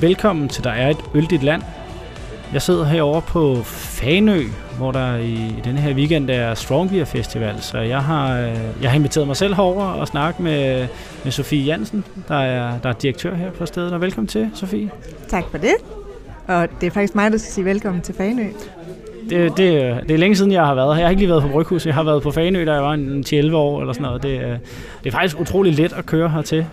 velkommen til Der er et øl dit land. Jeg sidder herovre på Fanø, hvor der i denne her weekend er Strong Beer Festival, så jeg har inviteret mig selv herover og snakket med Sofie Jansen, der er direktør her på stedet. Og velkommen til, Sofie. Tak for det. Og det er faktisk mig, der skal sige velkommen til Fanø. Det er længe siden, jeg har været her. Jeg har ikke lige været på Bryghuset. Jeg har været på Fanø, da jeg var 10-11 år eller sådan noget. Det er faktisk utrolig let at køre hertil.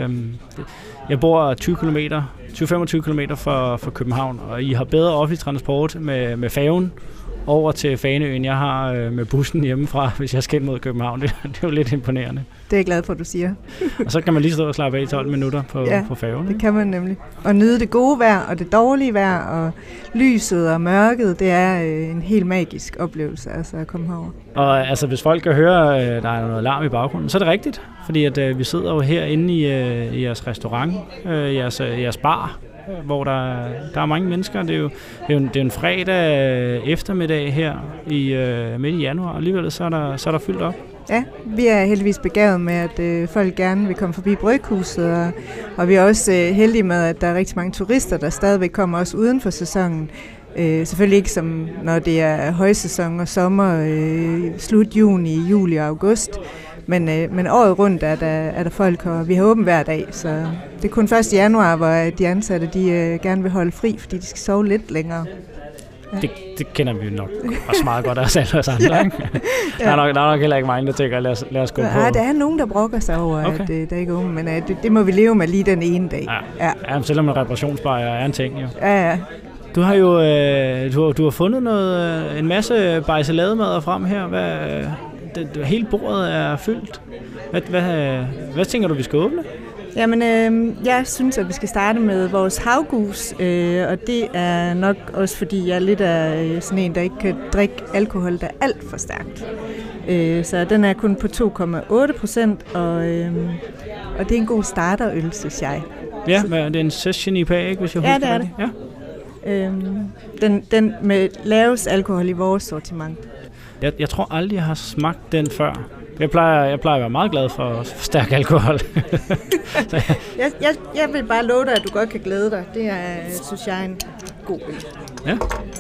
Jeg bor 20-25 km fra København, og I har bedre offentlig transport med færgen over til Fanø, end jeg har med bussen hjemmefra, hvis jeg skal ind mod København. Det er jo lidt imponerende. Det er jeg glad for, at du siger. Og så kan man lige stå og slappe af i 12 minutter på færgen. Det kan man nemlig. Og nyde det gode vejr og det dårlige vejr og lyset og mørket. Det er en helt magisk oplevelse altså at komme herover. Og altså, hvis folk kan høre, der er noget larm i baggrunden, så er det rigtigt. Fordi at vi sidder jo herinde i jeres restaurant, jeres bar, hvor der er mange mennesker. Det er jo en fredag eftermiddag her midt i januar, og alligevel så er der fyldt op. Ja, vi er heldigvis begavet med, at folk gerne vil komme forbi Bryghuset, og vi er også heldige med, at der er rigtig mange turister, der stadigvæk kommer også uden for sæsonen. Selvfølgelig ikke som når det er højsæson og sommer, slut juni, juli og august, men året rundt er der folk, og vi har åbent hver dag, så det er kun 1. januar, hvor de ansatte de gerne vil holde fri, fordi de skal sove lidt længere. Ja. Det kender vi jo nok også meget godt af os andre. Ikke? Der er nok heller ikke mange, der tænker, lad os gå på. Ja, der er nogen, der brokker sig over, at der ikke er åbent, men det må vi leve med lige den ene dag. Ja, selvom en reparationsbajer er en ting, jo. Ja. Du har jo du har fundet en masse bajsalademader frem her. Hele bordet er fyldt. Hvad tænker du, vi skal åbne? Jamen, jeg synes, at vi skal starte med vores havgus, og det er nok også, fordi jeg er lidt af sådan en, der ikke kan drikke alkohol, der er alt for stærkt. Så den er kun på 2,8%, og det er en god starterøl, synes jeg. Ja, men det er en Session IPA, ikke, hvis jeg husker det. Ja, det er det. Ja. Den med lavest alkohol i vores sortiment. Jeg tror aldrig, jeg har smagt den før. Jeg plejer at være meget glad for stærk alkohol. jeg vil bare love dig, at du godt kan glæde dig. Det er, synes jeg, en god øl. Ja.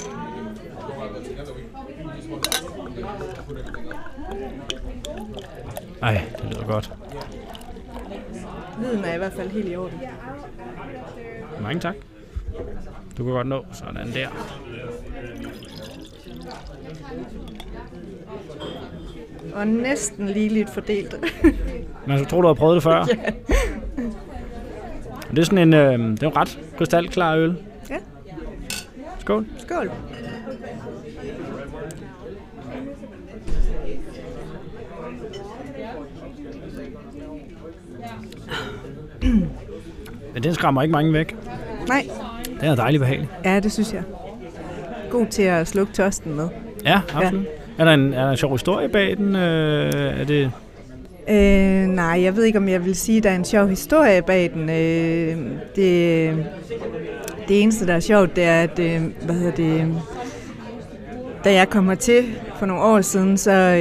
Ej, det lyder godt. Lyden er i hvert fald helt i orden. Mange tak. Du kan godt nå sådan der. Og næsten ligeligt fordelt. Man tror, du har prøvet det før. Ja. Det er sådan det er en ret krystalklar øl. Ja. Skål. Skål. Men den skræmmer ikke mange væk. Nej. Den er dejligt behagelig. Ja, det synes jeg. God til at slukke tørsten med. Ja, absolut. Ja. Er der en sjov historie bag den? Er det... Nej, jeg ved ikke, om jeg vil sige, at der er en sjov historie bag den. Det eneste, der er sjovt, det er, at da jeg kom hertil for nogle år siden,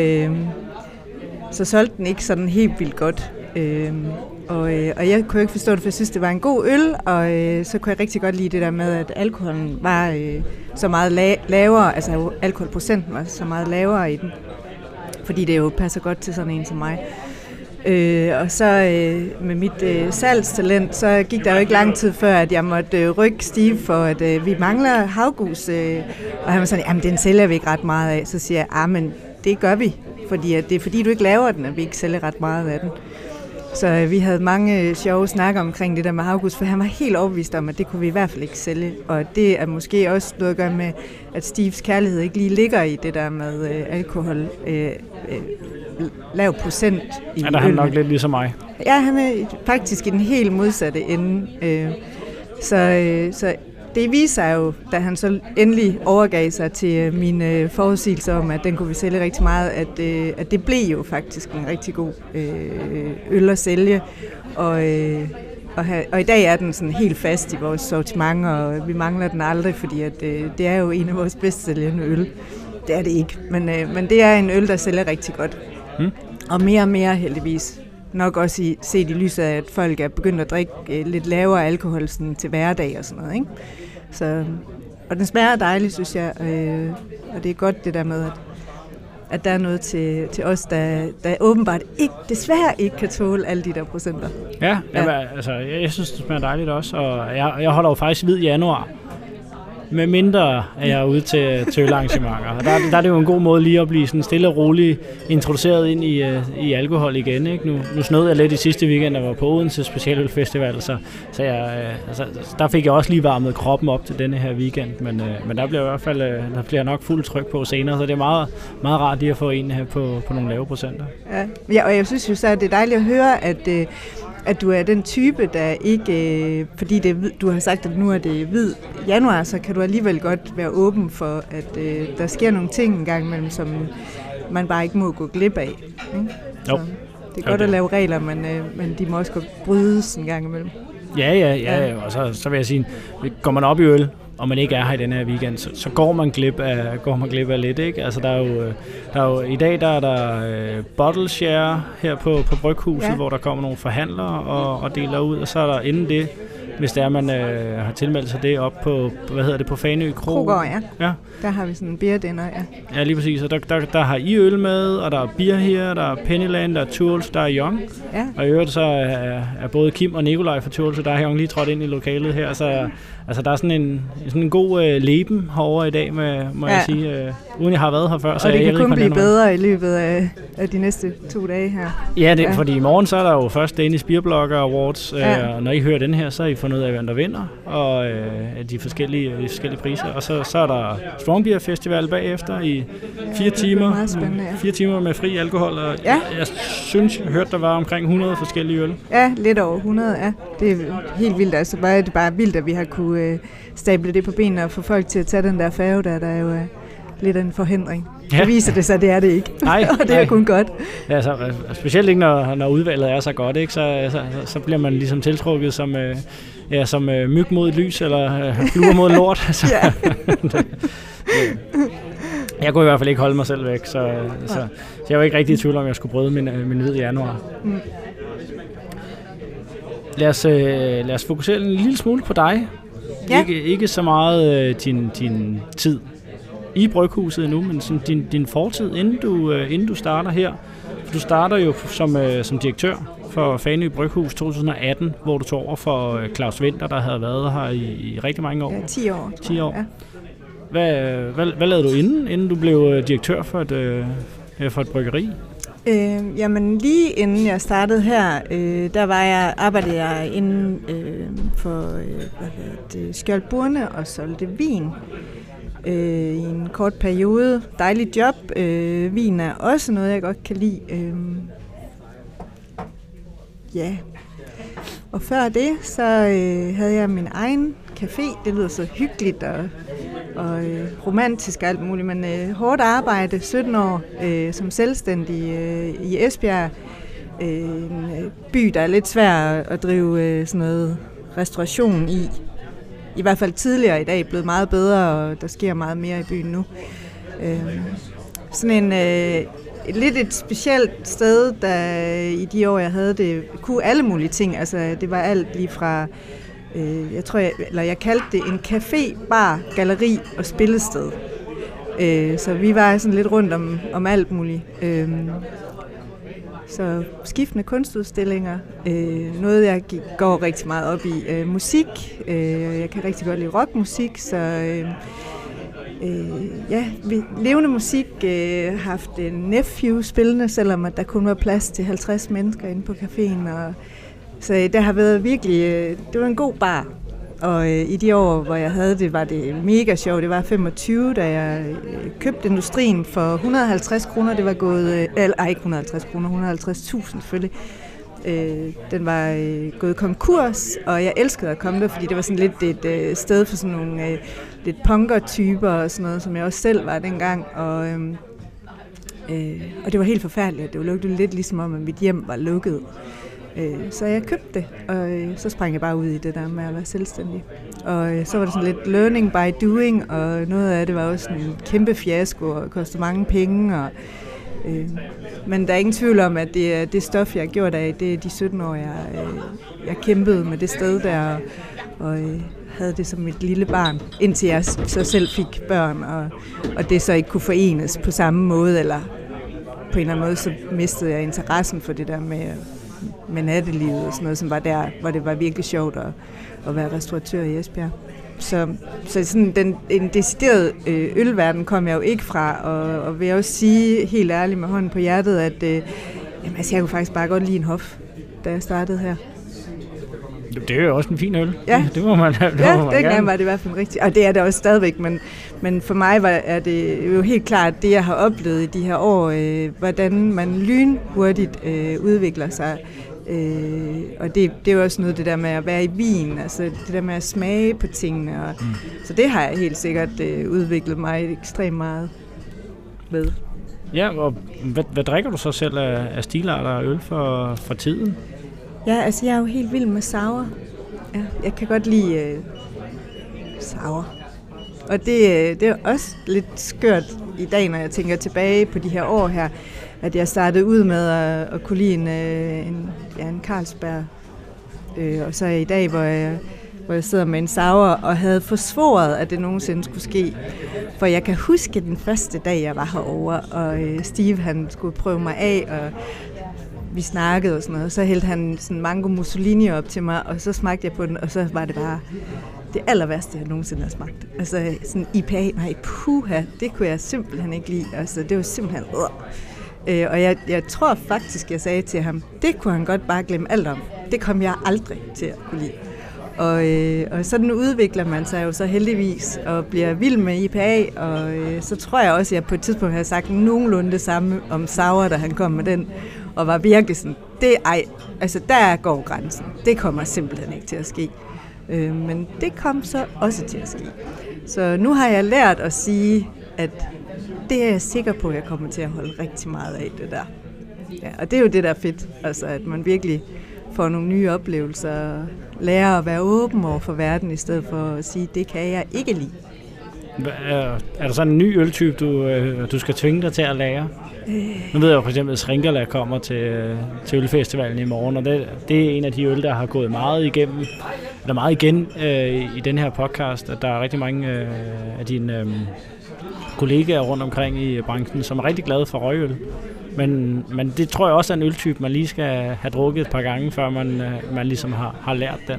så solgte den ikke sådan helt vildt godt. Og jeg kunne ikke forstå det, for jeg synes, det var en god øl, og så kunne jeg rigtig godt lide det der med, at alkoholen var så meget lavere, altså alkoholprocenten var så meget lavere i den, fordi det jo passer godt til sådan en som mig. Og så med mit salgstalent, så gik der jo ikke lang tid før, at jeg måtte rykke Steve for, at vi mangler havgus, og han var sådan, jamen den sælger vi ikke ret meget af. Så siger jeg, men det gør vi, fordi at det er fordi du ikke laver den, at vi ikke sælger ret meget af den. Så vi havde mange sjove snakker omkring det der med havgus, for han var helt overbevist om, at det kunne vi i hvert fald ikke sælge. Og det er måske også noget at gøre med, at Steves kærlighed ikke lige ligger i det der med alkohol, lav procent i ja, der er han nok lidt ligesom mig. Ja, han er faktisk i den helt modsatte ende. Så det viser jo, da han så endelig overgav sig til mine forudsigelser om, at den kunne vi sælge rigtig meget, at det blev jo faktisk en rigtig god øl at sælge. Og i dag er den sådan helt fast i vores sortiment, og vi mangler den aldrig, fordi at, det er jo en af vores bedst sælgende øl. Det er det ikke, men det er en øl, der sælger rigtig godt. Og mere heldigvis. nok også set i lyset af, at folk er begyndt at drikke lidt lavere alkohol sådan, til hverdag og sådan noget, ikke? Så, og den smager dejligt, synes jeg, og det er godt det der med, at der er noget til os, der åbenbart desværre ikke kan tåle alle de der procenter. Ja. Altså, jeg synes, det smager dejligt også, og jeg holder jo faktisk hvid januar. Med mindre er jeg ude til ølarrangementer. Der er det jo en god måde lige at blive sådan stille og roligt introduceret ind i alkohol igen. Ikke? Nu snød jeg lidt i sidste weekend, og var på Odense Specialølfestival, så der fik jeg også lige varmet kroppen op til denne her weekend. Men der bliver i hvert fald der bliver nok fuld tryk på senere, så det er meget, meget rart lige at få en her på nogle lave procenter. Ja, og jeg synes jo så, at det er dejligt at høre, at du er den type, der ikke, fordi du har sagt, at nu er det hvid januar, så kan du alligevel godt være åben for, at der sker nogle ting en gang imellem, som man bare ikke må gå glip af. Jo. Det er godt at lave regler, men de må også godt brydes en gang imellem. Ja. Og så vil jeg sige, går man op i øl, og man ikke er her i den her weekend, så går man glip af lidt, ikke? Altså der er jo i dag der er der bottle share her på Bryghuset, hvor der kommer nogle forhandlere og deler ud, og så er der inden det, hvis det er man har tilmeldt sig det op på på Fanø Krogård, ja. Der har vi sådan en beer-dinner, Ja, lige præcis. Og der har I øl med, og der er beer her, der er Pennyland, der er Tools, der er Young. Ja. Og i øvrigt så er både Kim og Nikolaj fra Tools, og der har Young lige trådt ind i lokalet her, så altså der er sådan en god leben herovre i dag, må jeg sige, uden jeg har været her før. Så og det kan kun blive bedre i løbet af de næste 2 dage her. Ja, fordi i morgen så er der jo først Danish Beer Blogger Awards, og når I hører den her, så har I fundet ud af, hvem der vinder, og de forskellige priser. Og så er der Strong Beer Festival bagefter i 4 timer. Meget spændende, 4 timer med fri alkohol, og jeg synes, jeg hørte, der var omkring 100 forskellige øl. Ja, lidt over 100, ja. Det er helt vildt. Altså, det er bare vildt, at vi har kunne stable det på benene og få folk til at tage den der færge, der er jo lidt af en forhindring. Ja. Det viser det sig, det er det ikke. Nej, og det er kun godt. Ja, specielt ikke, når udvalget er så godt, ikke? Så bliver man ligesom tiltrukket som myg mod et lys, eller fluer mod lort. Jeg kunne i hvert fald ikke holde mig selv væk, så jeg var ikke rigtig i tvivl om, jeg skulle bryde min hvid januar. Lad os fokusere en lille smule på dig. Ja. Ikke så meget din tid i Bryghuset endnu, men sådan din fortid, inden du starter her. For du starter jo som direktør for Fanø Bryghus 2018, hvor du tog over for Claus Winther, der havde været her i rigtig mange år. Ja, 10 år. 10 år. Ja. Hvad lavede du inden du blev direktør for et bryggeri? Jamen lige inden jeg startede her, der arbejdede jeg inden for Skjold Burne og solgte vin i en kort periode. Dejligt job. Vin er også noget, jeg godt kan lide. Og før det, så havde jeg min egen café. Det lyder så hyggeligt og romantisk og alt muligt, men hårdt arbejde, 17 år som selvstændig i Esbjerg. En by, der er lidt svær at drive sådan noget restauration i. I hvert fald tidligere i dag blevet meget bedre, og der sker meget mere i byen nu. Sådan lidt et specielt sted, der i de år, jeg havde det, kunne alle mulige ting. Altså, det var alt lige fra, jeg kaldte det en café, bar, galleri og spillested. Så vi var sådan lidt rundt om alt muligt. Så skiftende kunstudstillinger. Noget, jeg går rigtig meget op i. Musik. Jeg kan rigtig godt lide rockmusik, så levende musik. Har haft en nephew spillende, selvom at der kun var plads til 50 mennesker inde på caféen. Så det har været virkelig, det var en god bar. Og i de år, hvor jeg havde det, var det mega sjovt. Det var 25, da jeg købte industrien for 150 kroner. Det var gået, ikke 150 kroner, 150.000 selvfølgelig. Den var gået konkurs, og jeg elskede at komme der, fordi det var sådan lidt et sted for sådan nogle lidt punker-typer og sådan noget, som jeg også selv var dengang. Og det var helt forfærdeligt. Det var lukket lidt ligesom om, at mit hjem var lukket. Så jeg købte det, og så sprang jeg bare ud i det der med at være selvstændig. Og så var det sådan lidt learning by doing, og noget af det var også en kæmpe fiasko og kostede mange penge. Men der er ingen tvivl om, at det er det stof, jeg har gjort af. Det er de 17 år, jeg kæmpede med det sted der, og havde det som mit lille barn, indtil jeg så selv fik børn, og det så ikke kunne forenes på samme måde, eller på en eller anden måde, så mistede jeg interessen for det der med nattelivet og sådan noget, som var der, hvor det var virkelig sjovt at være restauratør i Esbjerg. Så sådan en decideret ølverden kom jeg jo ikke fra, og vil jeg også sige helt ærligt med hånden på hjertet, at jeg kunne faktisk bare godt lide en hof, da jeg startede her. Det er jo også en fin øl. Ja, det må man dengang var det i hvert fald rigtigt, og det er det også stadigvæk, men for mig er det jo helt klart det, jeg har oplevet i de her år, hvordan man lynhurtigt udvikler sig. Og det er jo også noget det der med at være i vin, altså det der med at smage på tingene, så det har jeg helt sikkert udviklet mig ekstremt meget ved. Ja, og hvad drikker du så selv af stilarter og øl for tiden? Ja, altså jeg er jo helt vild med sour. Ja, jeg kan godt lide sour. Og det er også lidt skørt i dag, når jeg tænker tilbage på de her år her, at jeg startede ud med at kunne lide en Carlsberg. Og så i dag, hvor jeg sidder med en sour og havde forsvoret, at det nogensinde skulle ske. For jeg kan huske den første dag, jeg var herovre, og Steve han skulle prøve mig af, og vi snakkede og sådan noget. Så hældte han sådan mango mussolini op til mig, og så smagte jeg på den, og så var det bare det aller værste, jeg nogensinde har smagt. Altså sådan IPA, nej puha, det kunne jeg simpelthen ikke lide. Altså det var simpelthen og jeg tror faktisk, jeg sagde til ham, det kunne han godt bare glemme alt om. Det kom jeg aldrig til at kunne lide. Og sådan udvikler man sig jo så heldigvis og bliver vild med IPA, og så tror jeg også, at jeg på et tidspunkt havde sagt nogenlunde det samme om sour, da han kom med den, og var virkelig sådan, altså der går grænsen. Det kommer simpelthen ikke til at ske. Men det kom så også til at ske. Så nu har jeg lært at sige, at det er jeg sikker på, at jeg kommer til at holde rigtig meget af det der. Ja, og det er jo det, der er fedt, altså at man virkelig får nogle nye oplevelser, lærer at være åben over for verden, i stedet for at sige, det kan jeg ikke lide. Er der sådan en ny øltype, du skal tvinge dig til at lære? Nu ved jeg jo for eksempel, at Srinkala kommer til ølfestivalen i morgen, og det er en af de øl, der har gået meget igen i den her podcast, at der er rigtig mange af dine kollegaer rundt omkring i branchen, som er rigtig glade for røgøl. Men det tror jeg også er en øltype, man lige skal have drukket et par gange, før man ligesom har lært den.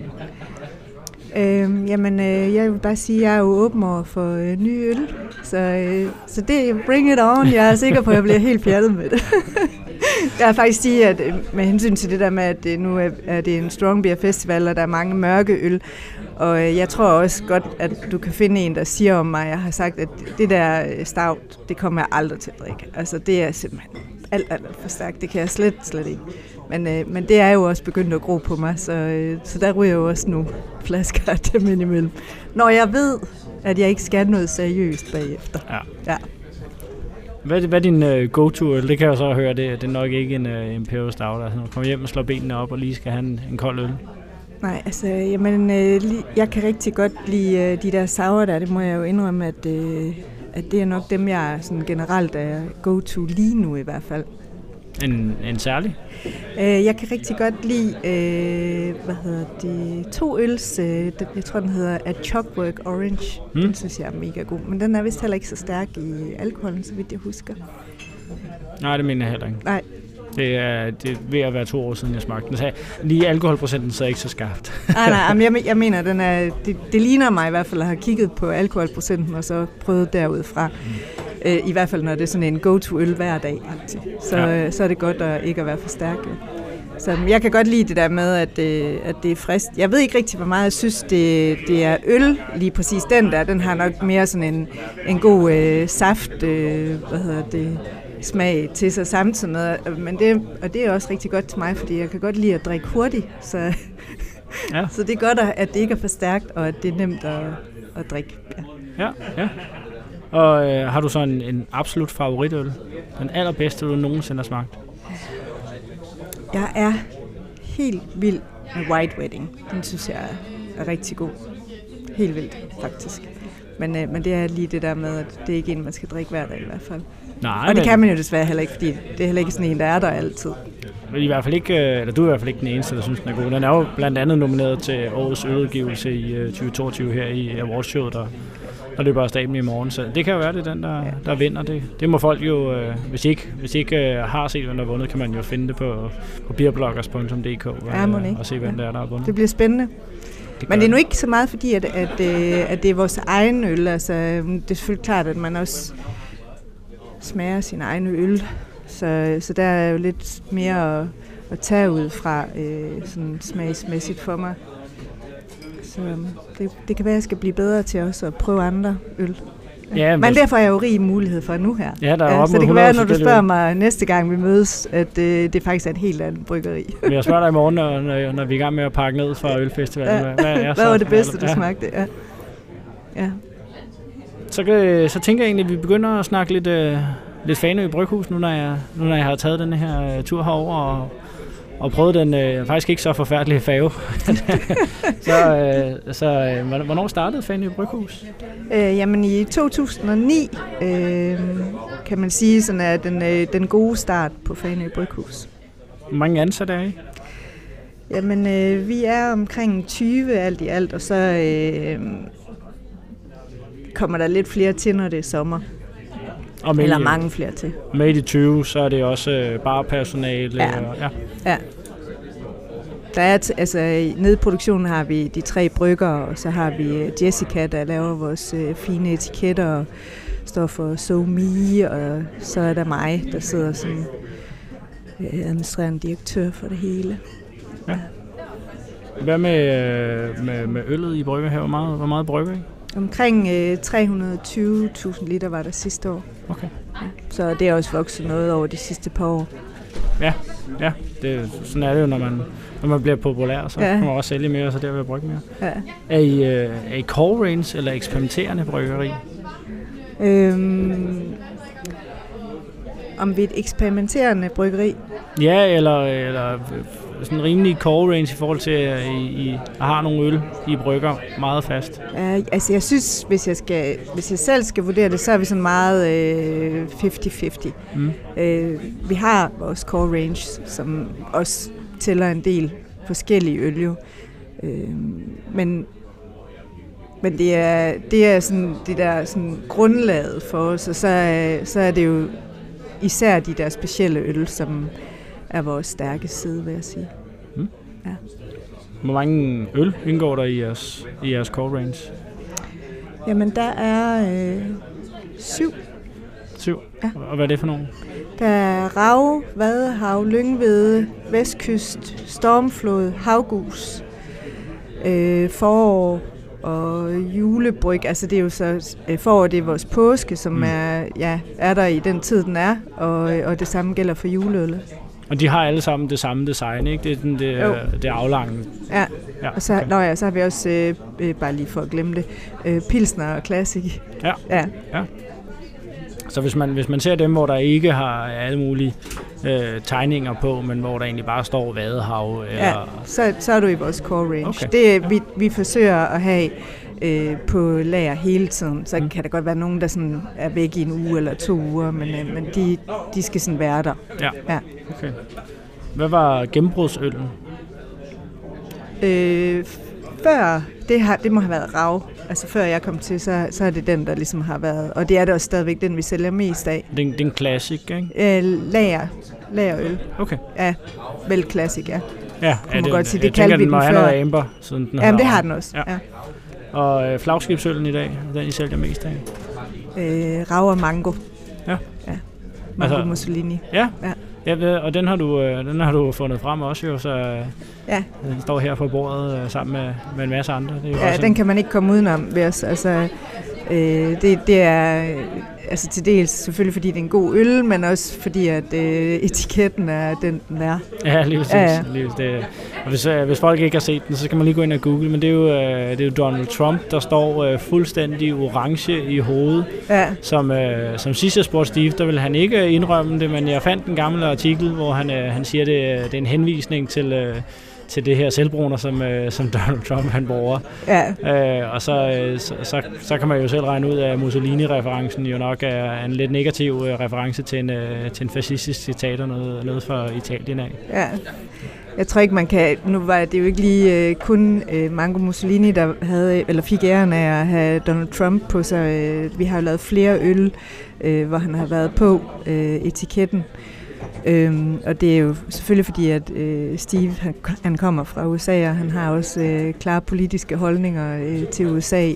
Jeg vil bare sige, at jeg er jo åben over for nye øl, så det bring it on. Jeg er sikker på, at jeg bliver helt pjattet med det. Jeg vil faktisk sige, at med hensyn til det der med, at nu er det en strong beer festival, og der er mange mørke øl, og jeg tror også godt, at du kan finde en, der siger om mig, jeg har sagt, at det der stout, det kommer jeg aldrig til at drikke. Altså det er simpelthen alt for stærkt, det kan jeg slet ikke. Men det er jo også begyndt at gro på mig, så der ryger jo også nogle flasker af dem indimellem. Når jeg ved, at jeg ikke skal noget seriøst bagefter. Ja. Hvad er din go-to-øl? Det kan jeg så høre, det er nok ikke en Imperial Stout. Altså, når du kommer hjem og slår benene op og lige skal have en kold øl. Nej, altså, jeg kan rigtig godt lide de der sour der. Det må jeg jo indrømme, at det er nok dem, jeg sådan generelt er go-to lige nu i hvert fald. En særlig? Jeg kan rigtig godt lide, 2 øls. Jeg tror, den hedder A Chalkwork Orange. Den synes jeg er mega god. Men den er vist heller ikke så stærk i alkoholen, så vidt jeg husker. Nej, det mener jeg heller ikke. Nej. Det er ved at være 2 år siden, jeg smagte den. Så lige alkoholprocenten så er ikke så skarpt. Nej, jeg mener, det ligner mig i hvert fald at have kigget på alkoholprocenten og så prøvet derudfra. I hvert fald, når det er sådan en go-to-øl hver dag. Så er det godt at ikke at være for stærk. Så jeg kan godt lide det der med, at det er frisk. Jeg ved ikke rigtig, hvor meget jeg synes, det er øl. Lige præcis den der, den har nok mere sådan en god saft, smag til sig samtidig med. Men det er også rigtig godt til mig, fordi jeg kan godt lide at drikke hurtigt. Så det er godt, at det ikke er for stærkt, og at det er nemt at drikke. Ja. Og har du så en absolut favoritøl? Den allerbedste, du nogensinde har smagt? Jeg er helt vild med White Wedding. Den synes jeg er rigtig god. Helt vildt, faktisk. Men det er lige det der med, at det er ikke en, man skal drikke hver dag i hvert fald. Nej, og det kan man jo desværre heller ikke, fordi det er heller ikke sådan en, der er der altid. I hvert fald ikke, eller du er i hvert fald ikke den eneste, der synes, den er god. Den er jo blandt andet nomineret til årets øludgivelse i 2022 her i Awardsshowet, der løber af stablen i morgen. Så det kan jo være, det er den, der vinder. Det må folk jo, hvis ikke har set, hvem der har vundet, kan man jo finde det på beerbloggers.dk og se, hvem der har vundet. Det bliver spændende. Men det er nu ikke så meget fordi, at det er vores egen øl. Altså, det er selvfølgelig klart, at man også smager sin egen øl. Så der er jo lidt mere at tage ud fra sådan smagsmæssigt for mig. Så det kan være, at jeg skal blive bedre til også at prøve andre øl. Ja, men derfor er jeg jo rig mulighed for nu her. Ja, der er så det kan være, når du spørger mig næste gang vi mødes, at det faktisk er et helt andet bryggeri. Men jeg spørger dig i morgen, når vi er i gang med at pakke ned fra ølfestivalen. Hvad var det bedste, du smagte? Ja. Så tænker jeg egentlig, at vi begynder at snakke lidt Fanø Bryghus, nu når jeg har taget den her tur herover og prøvet den faktisk ikke så forfærdelige færge. så hvornår startede Fanø Bryghus? Jamen i 2009 kan man sige, sådan er den gode start på Fanø Bryghus. Hvor mange ansatte er I? Jamen vi er omkring 20 alt i alt, og så kommer der lidt flere til, når det er sommer. Eller mange flere til. Med i de 20, så er det også barpersonale. Ja. Der er nede i produktionen har vi de 3 bryggere, og så har vi Jessica, der laver vores fine etiketter og står for So Me, og så er der mig, der sidder som administrerende direktør for det hele. Ja. Hvad med øllet i brygger her? Hvor meget brygger I? Omkring 320.000 liter var der sidste år. Okay. Ja, så det er også vokset noget over de sidste par år. Ja. Sådan er det jo, når man bliver populær, så kan man også sælge mere, så der vil jeg brygge mere. Ja. Er I core range eller eksperimenterende bryggeri? Om vi er et eksperimenterende bryggeri? Ja, eller sådan rimelig core range i forhold til, at I har nogle øl, I brygger meget fast. Altså jeg synes, hvis jeg selv skal vurdere det, så er vi sådan meget 50-50. Vi har vores core range, som også tæller en del forskellige øl jo. Men det er sådan det der sådan grundlaget for os, og så er det jo især de der specielle øl, som er vores stærke side, vil jeg sige. Ja. Hvor mange øl indgår der i jeres core range? Jamen, der er 7. 7? Ja. Og hvad er det for nogle? Der er Rav, Vadehav, Lyngvede, Vestkyst, Stormflod, Havgus, Forår og julebryg. Altså det er jo så forår, det er vores påske, som er der i den tid, den er, og det samme gælder for juleøl. Og de har alle sammen det samme design, ikke? Det er det aflange. Ja. Og så, okay. Så har vi også, bare lige for at glemme det, Pilsner Classic. Ja. Så hvis man ser dem, hvor der ikke har alle mulige tegninger på, men hvor der egentlig bare står Vadehav. Eller... Ja, så er du i vores core range. Okay. Det vi forsøger at have på lager hele tiden. Så kan der godt være nogen, der sådan er væk i en uge eller 2 uger, men de skal sådan være der. Ja. Okay. Hvad var gennembrudsøllen? Før, det må have været Rav. Altså før jeg kom til, så er det den, der ligesom har været, og det er det også stadigvæk den, vi sælger mest af. Det er en classic, ikke? Lagerøl. Okay. Ja, vel classic, ja. Ja, det godt sige, det kaldte vi den før. Jeg tænker, den må have noget amber, siden den har. Jamen, det har den også, ja. Og flagskibsøllen i dag, den I sælger mest af? Rav og Mango. Ja. Mango Mussolini. Ja, og den har du fundet frem også jo, så den står her på bordet sammen med en masse andre. Det er jo også den kan man ikke komme udenom ved os. Altså, det er altså til dels selvfølgelig fordi det er en god øl, men også fordi at etiketten er den er. Ja, lige præcis. Ja. Og hvis folk ikke har set den, så kan man lige gå ind og google, men det er jo Donald Trump, der står fuldstændig orange i hovedet. Ja. Som sidst jeg spurgte Steve, der vil han ikke indrømme det, men jeg fandt en gammel artikel, hvor han siger, det er en henvisning til til det her selvbruner, som Donald Trump han bruger. Ja. Og så kan man jo selv regne ud, at Mussolini-referencen jo nok er en lidt negativ reference til en fascistisk diktator, noget fra Italien af. Ja. Jeg tror ikke, man kan... Nu var det jo ikke lige kun Mango Mussolini, der fik æren af at have Donald Trump på sig. Vi har jo lavet flere øl, hvor han har været på etiketten. Og det er jo selvfølgelig fordi, at Steve han kommer fra USA, og han har også klare politiske holdninger til USA.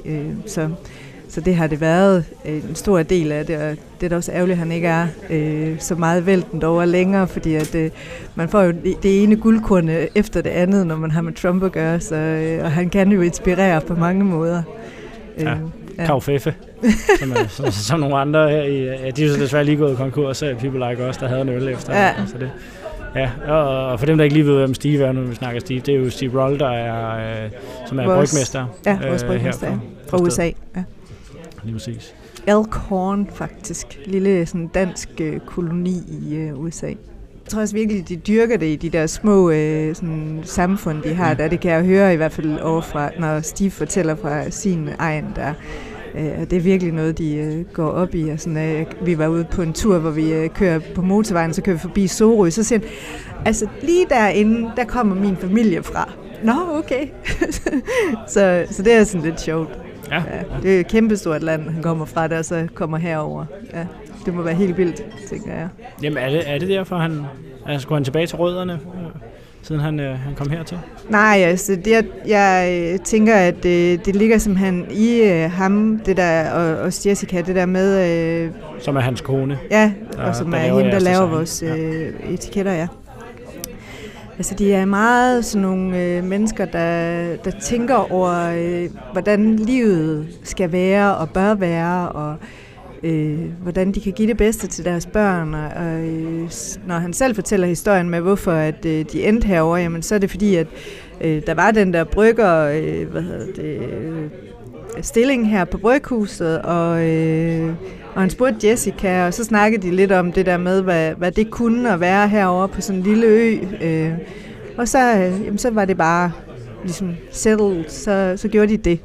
Så det har det været en stor del af det, og det er da også ærgerligt, at han ikke er så meget væltent over længere, fordi at, man får jo det ene guldkorn efter det andet, når man har med Trump at gøre, og han kan jo inspirere på mange måder. Ja. Kaufeffe, som nogle andre her de er jo så desværre lige gået konkurs, People Like Us, der havde en øl efter. Ja. Så det. Ja, og for dem, der ikke lige ved, hvem Steve er, når vi snakker Steve, det er jo Steve Roll, som er brygmester. Ja, vores brygmester fra USA. Ja. Lige præcis. Elkhorn faktisk, lille sådan dansk koloni i USA. Jeg tror også virkelig, de dyrker det i de der små sådan, samfund, de har der. Det kan jeg høre i hvert fald overfra, når Steve fortæller fra sin egen der. Det er virkelig noget, de går op i. Sådan, vi var ude på en tur, hvor vi kører på motorvejen, så kører vi forbi Sorø, så siger han, altså lige derinde, der kommer min familie fra. Nå, okay. så det er sådan lidt sjovt. Ja. Det er et kæmpestort land, han kommer fra der, og så kommer herover. Ja, det må være helt vildt, tænker jeg. Jamen er det derfor, skulle han tilbage til rødderne, siden han kom hertil? Nej, altså jeg tænker, at det ligger simpelthen i ham, det der, og Jessica, det der med... som er hans kone. Ja, og som er hende, der laver vores etiketter, ja. Altså, de er meget sådan nogle mennesker, der tænker over, hvordan livet skal være og bør være, og hvordan de kan give det bedste til deres børn. Og når han selv fortæller historien med, hvorfor at, de endte herovre, jamen, så er det fordi, at der var den der brygger, stilling her på bryghuset, og han spurgte Jessica, og så snakkede de lidt om det der med, hvad det kunne at være herovre på sådan en lille ø. Og så var det bare ligesom settled, så gjorde de det.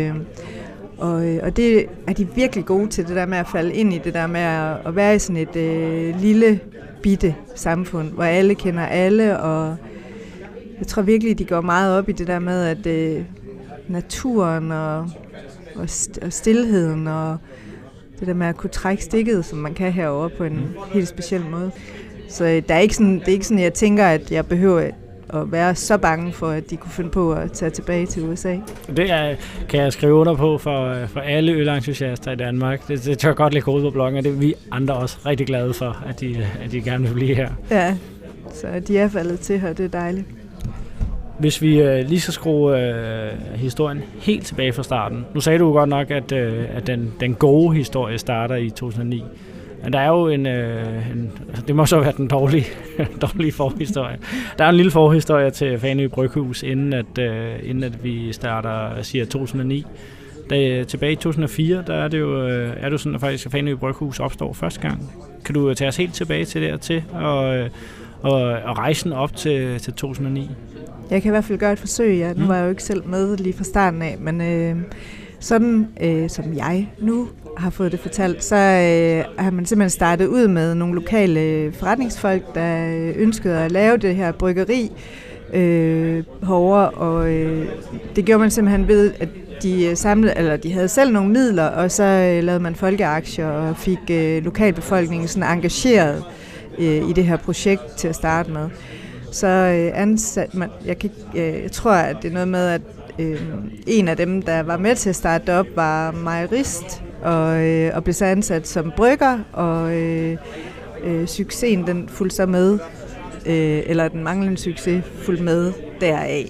Og det er de virkelig gode til, det der med at falde ind i det der med at være i sådan et lille bitte samfund, hvor alle kender alle, og jeg tror virkelig, de går meget op i det der med, at naturen og stilheden og det der med at kunne trække stikket, som man kan herovre på en helt speciel måde. Så det er ikke sådan, jeg tænker, at jeg behøver at være så bange for, at de kunne finde på at tage tilbage til USA. Det kan jeg skrive under på for alle ølentusiaster i Danmark. Det tør godt lægge ud på bloggen, og det er vi andre også rigtig glade for, at de gerne vil blive her. Ja, så de er faldet til her, det er dejligt. Hvis vi lige skal skrue historien helt tilbage fra starten. Nu sagde du godt nok, at den gode historie starter i 2009. Men der er jo det må så være den dårlige forhistorie. Der er en lille forhistorie til Fanø Bryghus, inden at vi siger 2009. Tilbage i 2004, der er det jo sådan, at faktisk Fanø Bryghus opstår første gang. Kan du tage os helt tilbage til dertil og rejsen op til 2009? Jeg kan i hvert fald gøre et forsøg. Ja. Nu var jeg jo ikke selv med lige fra starten af, men sådan som jeg nu har fået det fortalt, så har man simpelthen startet ud med nogle lokale forretningsfolk, der ønskede at lave det her bryggeri herovre, og det gjorde man simpelthen ved, at de havde selv nogle midler, og så lavede man folkeaktier og fik lokalbefolkningen sådan engageret i det her projekt til at starte med. Så ansat man, jeg tror, at det er noget med, at en af dem, der var med til at starte op, var mejerist, og blev så ansat som brygger, og succesen den fulgte så med, eller den manglende succes fulgte med deraf.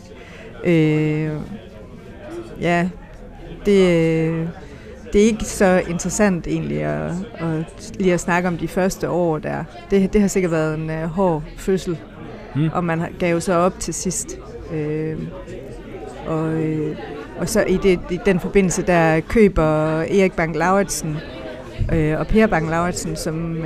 Ja, det er ikke så interessant egentlig at lige at snakke om de første år der. Det har sikkert været en hård fødsel, og man gav så op til sidst. Og så i den forbindelse, der køber Erik Bang-Lauritsen og Per Bang-Lauritsen,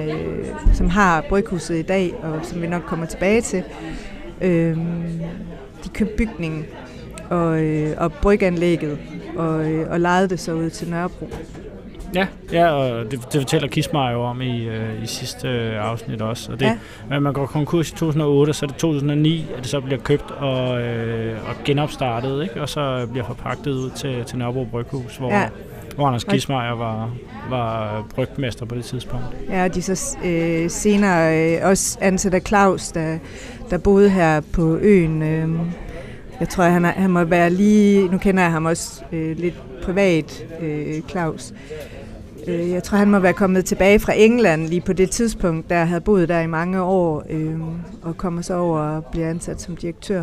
som har bryghuset i dag, og som vi nok kommer tilbage til, de købte bygningen og bryganlægget og lejede det så ud til Nørrebro. Ja, og det fortæller Kissmeyer jo om i sidste afsnit også. Og det, men man går konkurs i 2008, så er det 2009, at det så bliver købt og genopstartet, ikke? Og så bliver forpagtet ud til Nørrebro Bryghus, hvor Anders Kissmeyer var brygmester på det tidspunkt. Ja, og de så senere også ansætter Claus, der boede her på øen. Jeg tror, han må være lige... Nu kender jeg ham også lidt privat, Claus. Jeg tror, han må være kommet tilbage fra England lige på det tidspunkt, der havde boet der i mange år, og kommer så over og bliver ansat som direktør.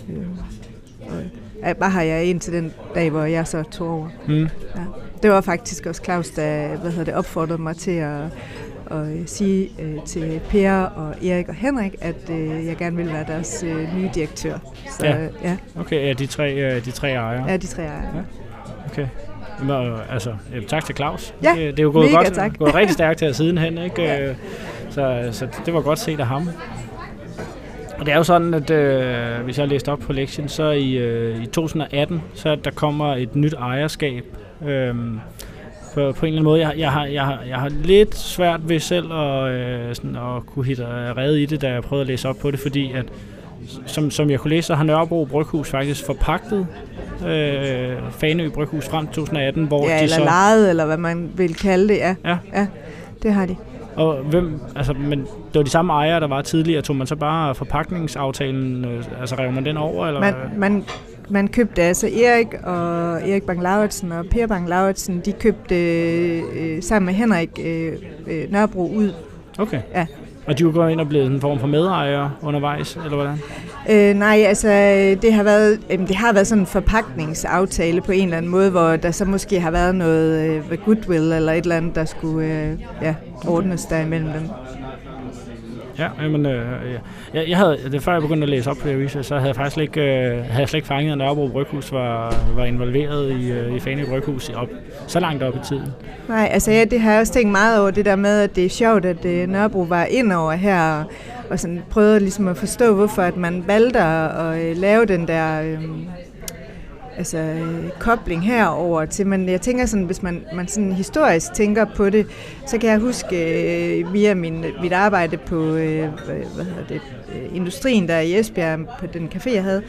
Bare har jeg en til den dag, hvor jeg så tog over. Ja. Det var faktisk også Claus, der opfordrede mig til at sige til Per og Erik og Henrik, at jeg gerne ville være deres nye direktør. Så, ja. Okay, de tre ejere? Ja, de tre ejere. Ja. Okay. Altså, tak til Claus. Ja, det er jo gået godt, gået rigtig stærkt her sidenhen, ikke? Ja. Så det var godt set af ham. Og det er jo sådan, at hvis jeg har læst op på lektien, så i 2018, så der kommer et nyt ejerskab. På en eller anden måde. Jeg har lidt svært ved selv at kunne hitte rede i det, da jeg prøvede at læse op på det, fordi at som jeg kunne læse, så har Nørrebro Bryghus faktisk forpagtet Fanø Bryghus frem til 2018, hvor de eller så... lejet, eller hvad man vil kalde det, ja. Det har de. Og men det var de samme ejere, der var tidligere. Tog man så bare forpagtningsaftalen, rev man den over? Eller? Man købte altså Erik Bang-Lauritsen og Per Bang-Lauritsen, de købte sammen med Henrik Nørrebro ud. Okay. Ja. Og de var gået ind og blevet en form for medejere undervejs, eller hvordan? Nej, altså det har været sådan en forpagtningsaftale på en eller anden måde, hvor der så måske har været noget goodwill eller et eller andet, der skulle ordnes der imellem dem. Ja, men jeg havde, det før jeg begyndte at læse op på det research, så havde jeg faktisk slet ikke fanget, at Nørrebro Bryghus var involveret i Fanø Bryghus så langt op i tiden. Nej, altså det har jeg også tænkt meget over, det der med, at det er sjovt, at Nørrebro var ind over her, og sådan prøvede ligesom at forstå, hvorfor at man valgte at lave den der... kobling herover til, men jeg tænker sådan, hvis man sådan historisk tænker på det, så kan jeg huske via mit arbejde på industrien der i Esbjerg, på den café jeg havde,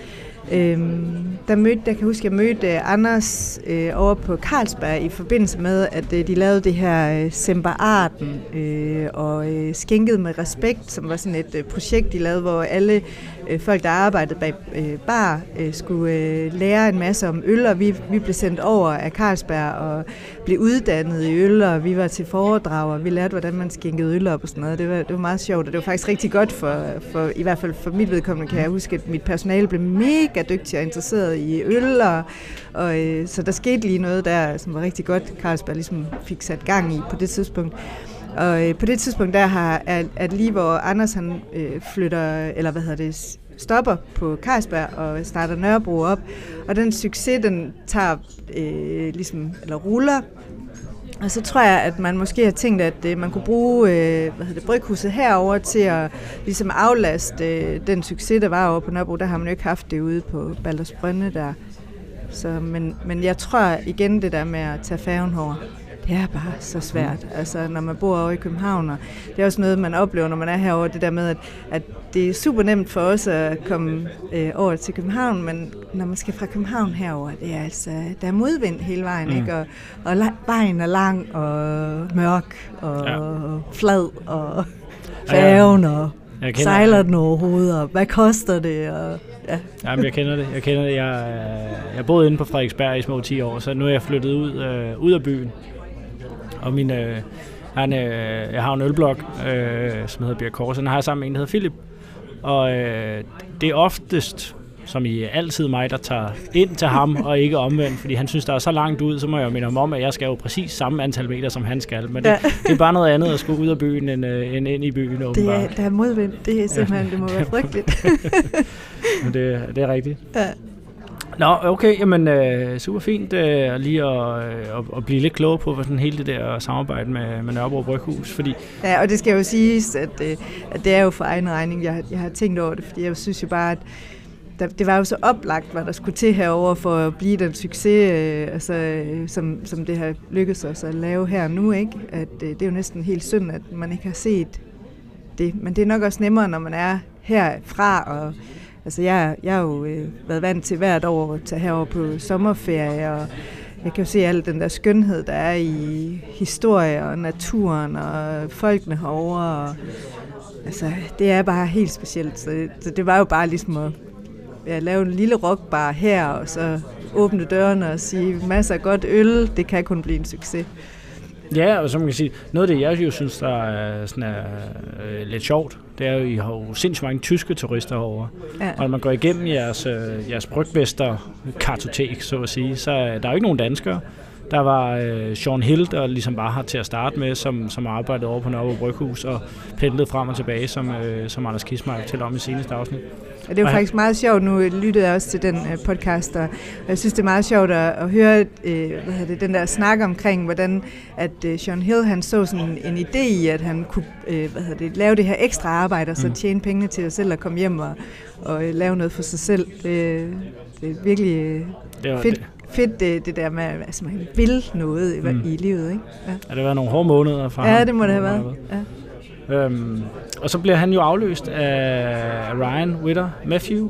jeg mødte Anders over på Carlsberg i forbindelse med, at de lavede det her Semper Arten og skænkede med respekt, som var sådan et projekt, de lavede, hvor alle folk, der arbejdede bag bar, skulle lære en masse om øl, og vi blev sendt over af Carlsberg og blev uddannet i øl, og vi var til foredrag, og vi lærte, hvordan man skænkede øl op og sådan noget. Det var meget sjovt, og det var faktisk rigtig godt for i hvert fald for mit vedkommende, kan jeg huske, at mit personale blev mega dygtig og interesseret i øl, og så der skete lige noget der, som var rigtig godt, Carlsberg ligesom fik sat gang i på det tidspunkt. Og på det tidspunkt der er lige hvor Anders han stopper på Carlsberg og starter Nørrebro op, og den succes den tager ruller. Og så tror jeg, at man måske har tænkt, at man kunne bruge bryghuset herover til at ligesom aflaste den succes, der var over på Nørrebro. Der har man jo ikke haft det ude på Baldersbrønde der. Så, men jeg tror igen, det der med at tage færgen over, det er bare så svært. Altså, når man bor over i København, og det er også noget, man oplever, når man er herovre, det der med, at det er super nemt for os at komme over til København, men når man skal fra København herover, det er altså, der er modvind hele vejen, ikke? Og vejen er lang og mørk og flad, og færgen, og sejler den overhovedet, og hvad koster det? Og, ja. Jamen, jeg kender det. Jeg boede inde på Frederiksberg i små 10 år, så nu er jeg flyttet ud af byen. Og jeg har en ølblok, som hedder Birk Kors, og den har jeg sammen med en, der hedder Philip. Og det er oftest, som i altid mig, der tager ind til ham, og ikke omvendt, fordi han synes, der er så langt ud, så må jeg jo minde ham om, at jeg skal jo præcis samme antal meter, som han skal. Men det er bare noget andet at skulle ud af byen, end ind i byen, åbenbart. Der er modvind. Det er simpelthen, det må være frygteligt. Men det er rigtigt. Ja. Nå, okay, jamen super fint lige at blive lidt klogere på sådan hele det der samarbejde med Nørrebro Bryghus, fordi... Ja, og det skal jo siges, at det er jo for egen regning, jeg har tænkt over det, fordi jeg synes jo bare, det var jo så oplagt, hvad der skulle til herover for at blive den succes, som det har lykkedes os at lave her nu, ikke? At det er jo næsten helt synd, at man ikke har set det. Men det er nok også nemmere, når man er herfra. Og, altså jeg har jo været vant til hvert år at tage herover på sommerferie, og jeg kan jo se al den der skønhed, der er i historie og naturen og folkene herovre. Og, altså, det er bare helt specielt. Så det var jo bare ligesom at lave en lille rockbar her, og så åbne dørene og sige masser af godt øl. Det kan kun blive en succes. Ja, og så man kan sige, noget af det, jeg jo synes, der er lidt sjovt, det er jo, I har jo sindssygt mange tyske turister herovre. Ja. Og når man går igennem jeres brygmester-kartotek, så at sige, så der er jo ikke nogen danskere. Der var Sean Hill, der ligesom bare har til at starte med, som arbejdede over på Nørrebro Bryghus og pendlede frem og tilbage, som Anders Kissmeyer fortæller om i seneste afsnit. Ja, det er jo faktisk meget sjovt. Nu lyttede jeg også til den podcast, og jeg synes, det er meget sjovt at høre den der snak omkring, hvordan at Sean Hill, han så sådan en idé i, at han kunne lave det her ekstra arbejde, og så tjene pengene til sig selv og komme hjem og lave noget for sig selv. Det er virkelig fedt det der med, at man vil noget i livet, ikke? Ja. Ja, det var nogle hårde måneder for ham. Ja, det må det have været. Ja. Og så bliver han jo afløst af Ryan Witter Matthew,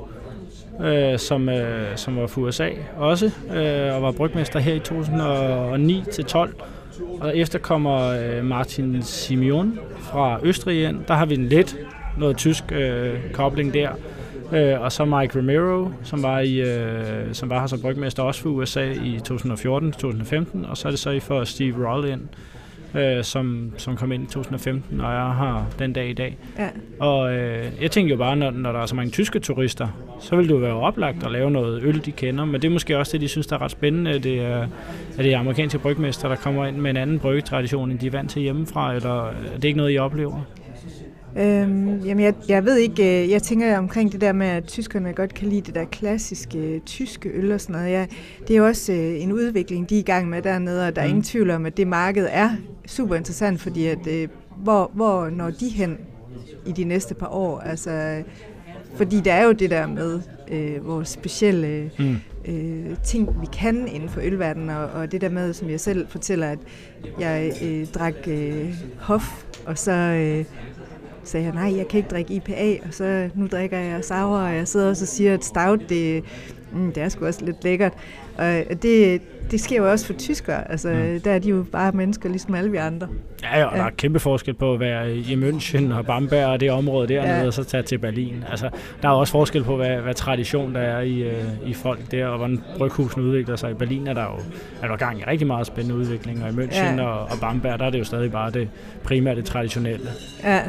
som var fra USA også, og var brygmester her i 2009-12. Og efter kommer Martin Simeon fra Østrig ind. Der har vi noget tysk kobling der. Og så Mike Romero, som var her som brygmester også for USA i 2014-2015, og så er det så i for Steve Roll ind, som kom ind i 2015, og jeg har den dag i dag. Ja. Og jeg tænker jo bare, når der er så mange tyske turister, så vil det jo være oplagt at lave noget øl, de kender, men det er måske også det, de synes, der er ret spændende, det er amerikanske brygmester, der kommer ind med en anden bryggetradition, end de er vant til hjemmefra, eller er det ikke noget, I oplever? Jamen jeg ved ikke, jeg tænker omkring det der med, at tyskerne godt kan lide det der klassiske tyske øl og sådan noget. Det er jo også en udvikling, de er i gang med dernede, og der er ingen tvivl om, at det marked er super interessant, fordi at, hvor når de hen i de næste par år? Altså, fordi der er jo det der med vores specielle ting, vi kan inden for ølverdenen, og det der med, som jeg selv fortæller, at jeg drak Hof, og så sagde jeg, nej, jeg kan ikke drikke IPA, og så nu drikker jeg sour, og jeg sidder også og siger, at stout, det er sgu også lidt lækkert. Og det sker jo også for tyskere, altså der er de jo bare mennesker, ligesom alle vi andre. Ja, og der er kæmpe forskel på at være i München og Bamberg og det område dernede, og så tage til Berlin. Altså, der er også forskel på, hvad tradition der er i folk der, og hvordan bryghusene udvikler sig. I Berlin er der gang i rigtig meget spændende udvikling, og i München og Bamberg, der er det jo stadig bare det primære, det traditionelle. Ja.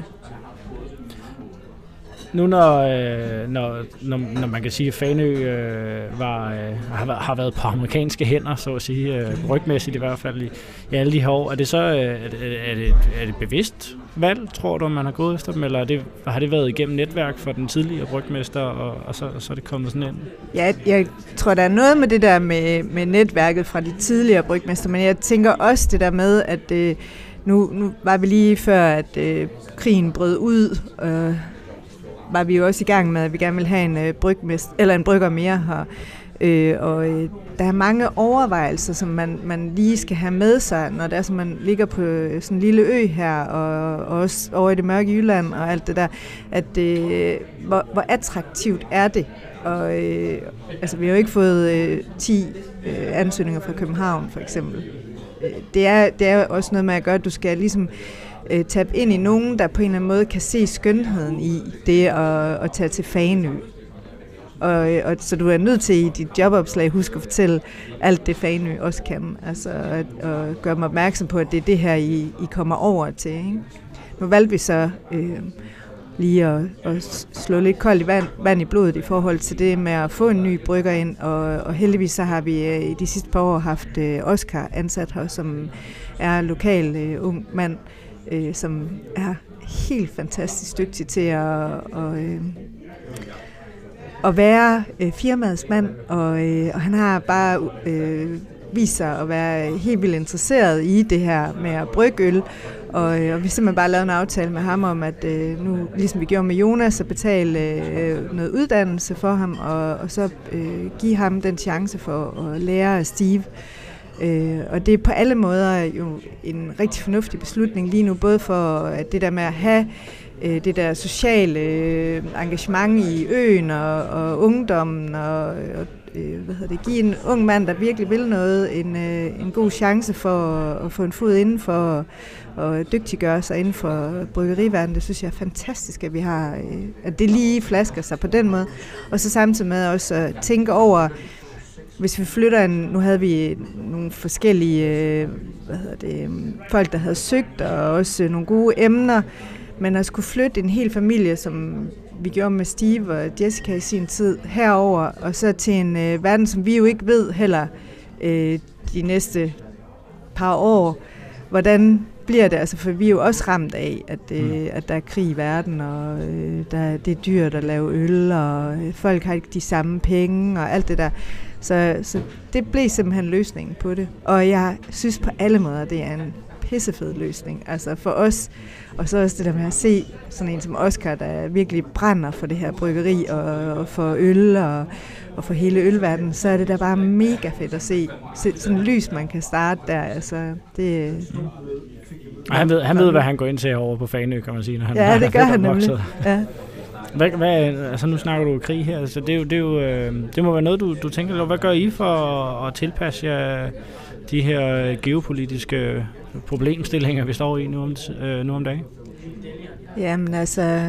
Nu når man kan sige, at Fanø har været på amerikanske hænder, så at sige, brygmæssigt i hvert fald i alle de her år, er det så er det bevidst valg, tror du, man har gået efter dem, eller har det været igennem netværk for den tidligere brygmester, og så er det kommet sådan ind? Ja, jeg tror, der er noget med det der med netværket fra de tidligere brygmester, men jeg tænker også det der med, at nu var vi lige før, at krigen brød ud, var vi jo også i gang med, at vi gerne vil have en brygger mere her. Og der er mange overvejelser, som man lige skal have med sig, når det er, som man ligger på sådan en lille ø her, og også over i det mørke Jylland og alt det der, at hvor attraktivt er det? Og altså, vi har jo ikke fået 10 ansøgninger fra København, for eksempel. Det er også noget med at gøre, at du skal ligesom tabe ind i nogen, der på en eller anden måde kan se skønheden i det at tage til Fanø. Og så du er nødt til i dit jobopslag huske at fortælle alt det Fanø også kan. Altså at gøre mig opmærksom på, at det er det her, I kommer over til. Ikke? Nu valgte vi så lige at slå lidt koldt vand i blodet i forhold til det med at få en ny brygger ind. Og heldigvis så har vi i de sidste par år haft Oscar ansat her, som er lokal ung mand, som er helt fantastisk dygtig til at være firmaets mand, og han har bare vist sig at være helt vildt interesseret i det her med at brygge øl, Og vi simpelthen bare lavet en aftale med ham om, at nu, ligesom vi gjorde med Jonas, så betale noget uddannelse for ham, og så give ham den chance for at lære af Steve. Og det er på alle måder jo en rigtig fornuftig beslutning lige nu, både for at det der med at have det der sociale engagement i øen og ungdommen og give en ung mand, der virkelig vil noget, en god chance for at få en fod indenfor og dygtiggøre sig inden for bryggeriverdenen. Det synes jeg er fantastisk, at vi har, at det lige flasker sig på den måde. Og så samtidig med også at tænke over, hvis vi flytter nu havde vi nogle forskellige folk, der havde søgt, og også nogle gode emner, men at skulle flytte en hel familie, som vi gjorde med Steve og Jessica i sin tid, herover, og så til en verden, som vi jo ikke ved heller de næste par år, hvordan bliver det, altså for vi er jo også ramt af, at der er krig i verden, og det er dyrt at lave øl, og folk har ikke de samme penge, og alt det der. Så det blev simpelthen løsningen på det. Og jeg synes på alle måder, det er en pissefed løsning. Altså for os, og så også det der med at se sådan en som Oscar, der virkelig brænder for det her bryggeri, og for øl, og for hele ølverdenen, så er det da bare mega fedt at se sådan en lys, man kan starte der. Altså, det. Han ved, hvad han går ind til over på Fanø, kan man sige, når han ja, det gør han nemlig. Ja. Altså nu snakker du krig her, så det må være noget, du tænker, hvad gør I for at tilpasse jer de her geopolitiske problemstillinger, vi står i nu om dagen? Jamen altså,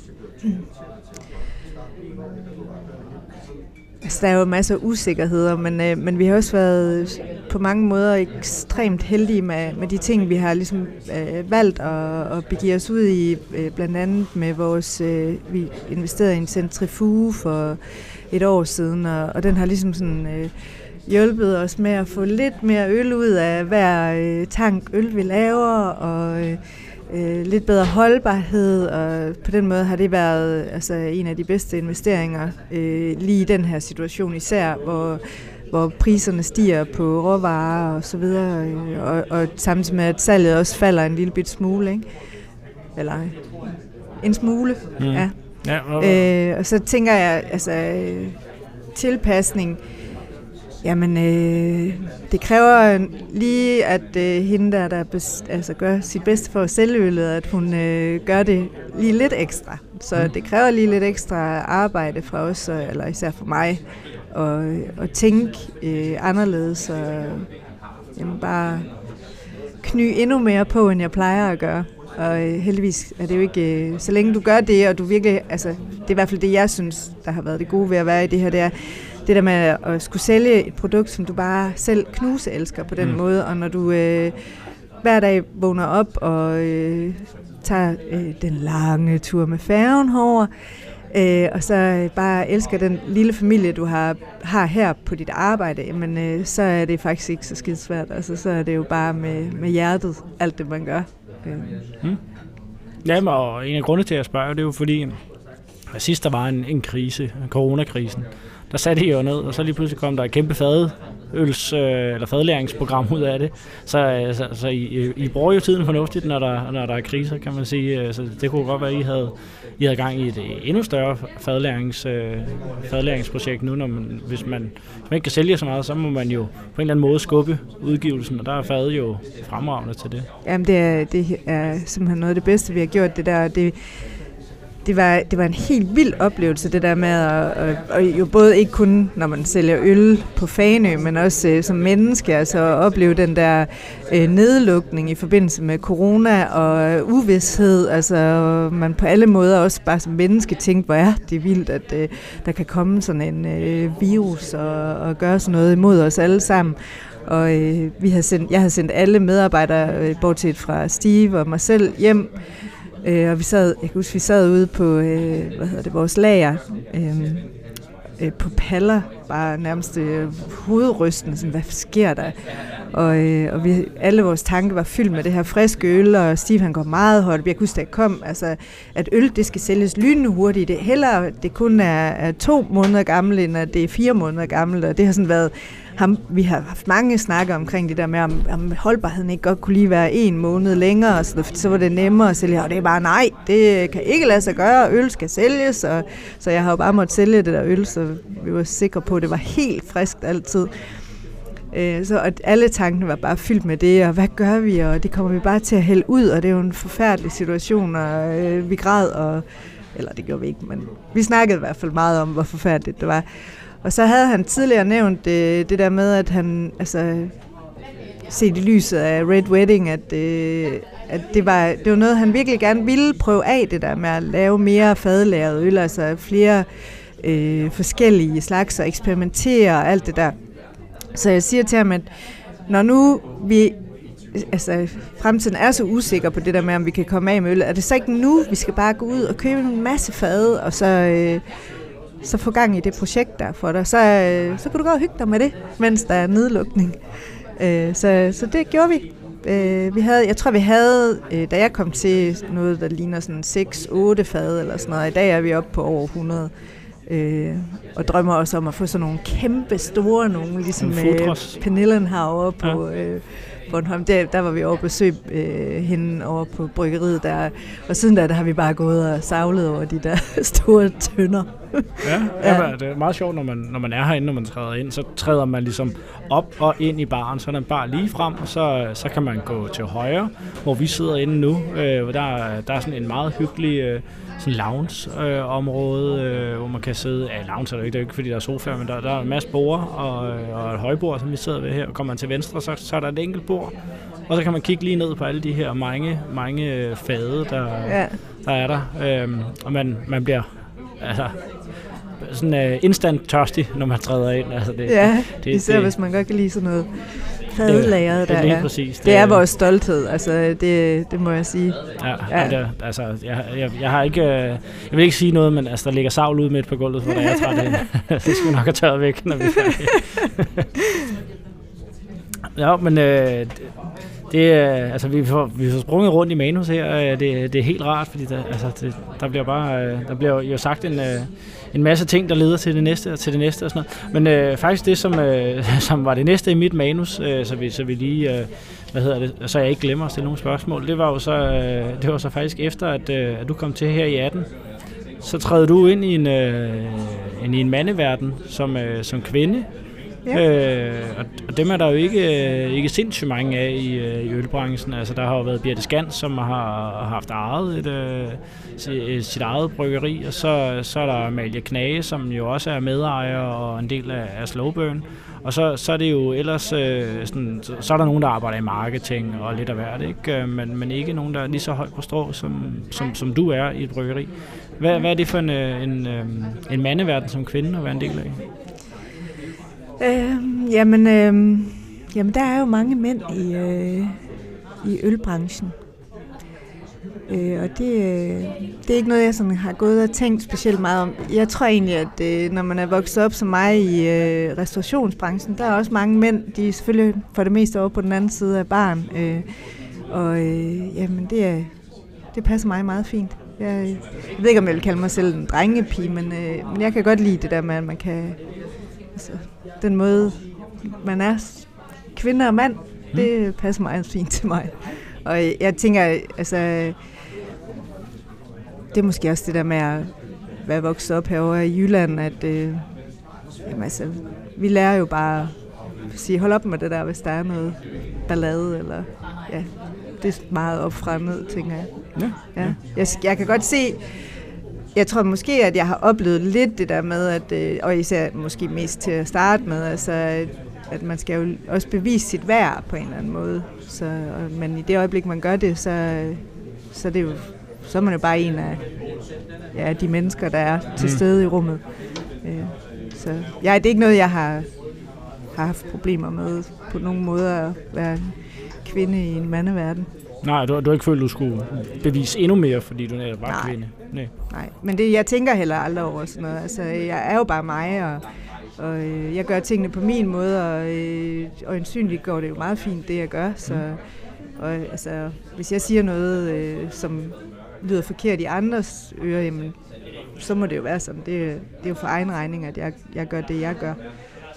der er jo masser af usikkerheder, men vi har også været på mange måder ekstremt heldige med de ting, vi har ligesom valgt at begive os ud i, blandt andet med vores, vi investerede i en centrifuge for et år siden, og den har ligesom sådan hjulpet os med at få lidt mere øl ud af hver tank øl, vi laver, og lidt bedre holdbarhed, og på den måde har det været altså en af de bedste investeringer lige i den her situation, især hvor priserne stiger på råvarer og så videre, og samtidig med at salget også falder en lille bit smule, ikke? Eller en smule, ja. Ja, og så tænker jeg, altså tilpasning. Jamen, det kræver lige, at hende der gør sit bedste for at sælge øllet, at hun gør det lige lidt ekstra. Så det kræver lige lidt ekstra arbejde fra os, eller især for mig, at tænke anderledes og jamen, bare kny endnu mere på, end jeg plejer at gøre. Og heldigvis er det jo ikke, så længe du gør det, og du virkelig, altså det er i hvert fald det, jeg synes, der har været det gode ved at være i det her, det er det der med at skulle sælge et produkt, som du bare selv knuseelsker på den måde, og når du hver dag vågner op og tager den lange tur med færgen herover, og så bare elsker den lille familie, du har her på dit arbejde, jamen, så er det faktisk ikke så skidesvært. Altså, så er det jo bare med hjertet, alt det man gør. Jamen, og en af grundene til at spørge, det er jo fordi, at sidst der var en krise, coronakrisen, der satte I jo ned, og så lige pludselig kom der et kæmpe fadlæringsprogram ud af det. Så I bruger jo tiden fornuftigt, når der er kriser, kan man sige. Så det kunne godt være, at I havde gang i et endnu større fadlæringsprojekt nu, hvis man ikke kan sælge så meget, så må man jo på en eller anden måde skubbe udgivelsen, og der er fadet jo fremragende til det. Jamen, det er simpelthen noget af det bedste, vi har gjort, det der. Det var en helt vild oplevelse, det der med at jo både ikke kun, når man sælger øl på Fanø, men også som menneske, altså at opleve den der nedlukning i forbindelse med corona og uvished, altså man på alle måder også bare som menneske tænkte, hvor er det vildt, at der kan komme sådan en virus og gøre sådan noget imod os alle sammen. Og jeg havde sendt alle medarbejdere, bortset fra Steve og mig selv, hjem. Og jeg kan huske, vi sad ude på vores lager på paller, bare nærmest hovedrystende, sådan, hvad sker der? Og alle vores tanker var fyldt med det her friske øl, og Steve han går meget højt. Jeg kunne huske, at kom, altså, at øl det skal sælges lynende hurtigt. Det kun er 2 måneder gammel, end at det er 4 måneder gammel, og det har sådan været vi har haft mange snakker omkring det der med, om holdbarheden ikke godt kunne lige være 1 måned længere, og så var det nemmere at sælge, og det er bare nej, det kan ikke lade sig gøre, øl skal sælges, så jeg har jo bare måttet sælge det der øl, så vi var sikre på, at det var helt friskt altid. Så at alle tankene var bare fyldt med det, og hvad gør vi, og det kommer vi bare til at hælde ud, og det er jo en forfærdelig situation, og vi græd, eller det gjorde vi ikke, men vi snakkede i hvert fald meget om, hvor forfærdeligt det var. Og så havde han tidligere nævnt det der med, at han, altså, set i lyset af Red Wedding, at det var noget, han virkelig gerne ville prøve af, det der med at lave mere fadlagret øl, altså flere forskellige slags og eksperimentere og alt det der. Så jeg siger til ham, at når nu fremtiden er så usikker på det der med, om vi kan komme af med øl, er det så ikke nu, vi skal bare gå ud og købe en masse fade, og så få gang i det projekt der for dig. Så kan du gå og hygge dig med det, mens der er nedlukning. Så det gjorde vi. Jeg tror, vi havde, da jeg kom til noget, der ligner sådan 6-8 fade eller sådan noget. I dag er vi oppe på over 100. Og drømmer også om at få sådan nogle kæmpe store, nogle ligesom Pernillen har over på Bornholm. Der var vi over på besøg hende over på bryggeriet der, og siden der har vi bare gået og savlet over de der store tønder. Ja, det er meget sjovt, når man er herinde, når man træder ind, så træder man ligesom op og ind i baren, så er den bare lige frem, og så kan man gå til højre, hvor vi sidder inde nu. Der er sådan en meget hyggelig sådan lounge-område, hvor man kan sidde. Ja, lounge er det ikke, fordi der er sofaer, men der er en masse borde og et højbord, som vi sidder ved her. Og kommer man til venstre, så er der et enkelt bord, og så kan man kigge lige ned på alle de her mange fade, der er der. Og man bliver altså sådan instant tørstig, når man træder ind. Altså især hvis man godt kan lide sådan noget fadlagret der. Det er præcis. Det er vores stolthed, altså det må jeg sige. Jeg har ikke, jeg vil ikke sige noget, men altså der ligger savl ude midt på gulvet, hvor der er træt ind. Det skal nok have tørret væk, når vi er færdige. Ja, men vi får sprunget rundt i manus her. Det er helt rart, fordi der bliver jo sagt en masse ting, der leder til det næste og sådan noget. Men faktisk det, som var det næste i mit manus, så vi lige, så jeg ikke glemmer at stille nogle spørgsmål, det var så faktisk efter, at du kom til her i 18. Så træder du ind i en mandeverden som kvinde. Ja. Og dem er der jo ikke sindssygt mange af i ølbranchen. Altså, der har jo været Birte Skans, som har haft sit eget bryggeri, og så er der Amalie Knage, som jo også er medejer og en del af Slowburn. Og så er det jo ellers så er der nogen, der arbejder i marketing og lidt af hvert, ikke? Men ikke nogen, der er lige så højt på strå, som du er i et bryggeri. Hvad er det for en mandeverden som kvinde at være en del af? Jamen, der er jo mange mænd i ølbranchen. Og det er ikke noget, jeg sådan har gået og tænkt specielt meget om. Jeg tror egentlig, at når man er vokset op som mig i restaurationsbranchen, der er også mange mænd, de er selvfølgelig for det meste over på den anden side af baren. Jamen, det passer mig meget fint. Jeg ved ikke, om jeg vil kalde mig selv en drengepige, men jeg kan godt lide det der med, at man kan... Altså, den måde, man er kvinde og mand, det passer meget fint til mig. Og jeg tænker, altså, det er måske også det der med at være vokset op herovre i Jylland, at vi lærer jo bare at sige, hold op med det der, hvis der er noget ballade, eller ja, det er meget opfremmet, tænker jeg. Ja. Jeg kan godt se, jeg tror måske, at jeg har oplevet lidt det der med, at, og især måske mest til at starte med, altså, at man skal jo også bevise sit værd på en eller anden måde. Men i det øjeblik, man gør det, så er man jo bare en af de mennesker, der er til stede i rummet. Så det er ikke noget, jeg har haft problemer med på nogen måde at være en kvinde i en mandeverden. Nej, du har ikke følt, du skulle bevise endnu mere, fordi du netop var kvinde? Nej, men jeg tænker heller aldrig over sådan noget. Altså, jeg er jo bare mig, og jeg gør tingene på min måde, og øjensynligt går det jo meget fint, det jeg gør. Så, og, altså, hvis jeg siger noget, som lyder forkert i andres ører, jamen, så må det jo være sådan. Det er jo for egen regning, at jeg gør det, jeg gør.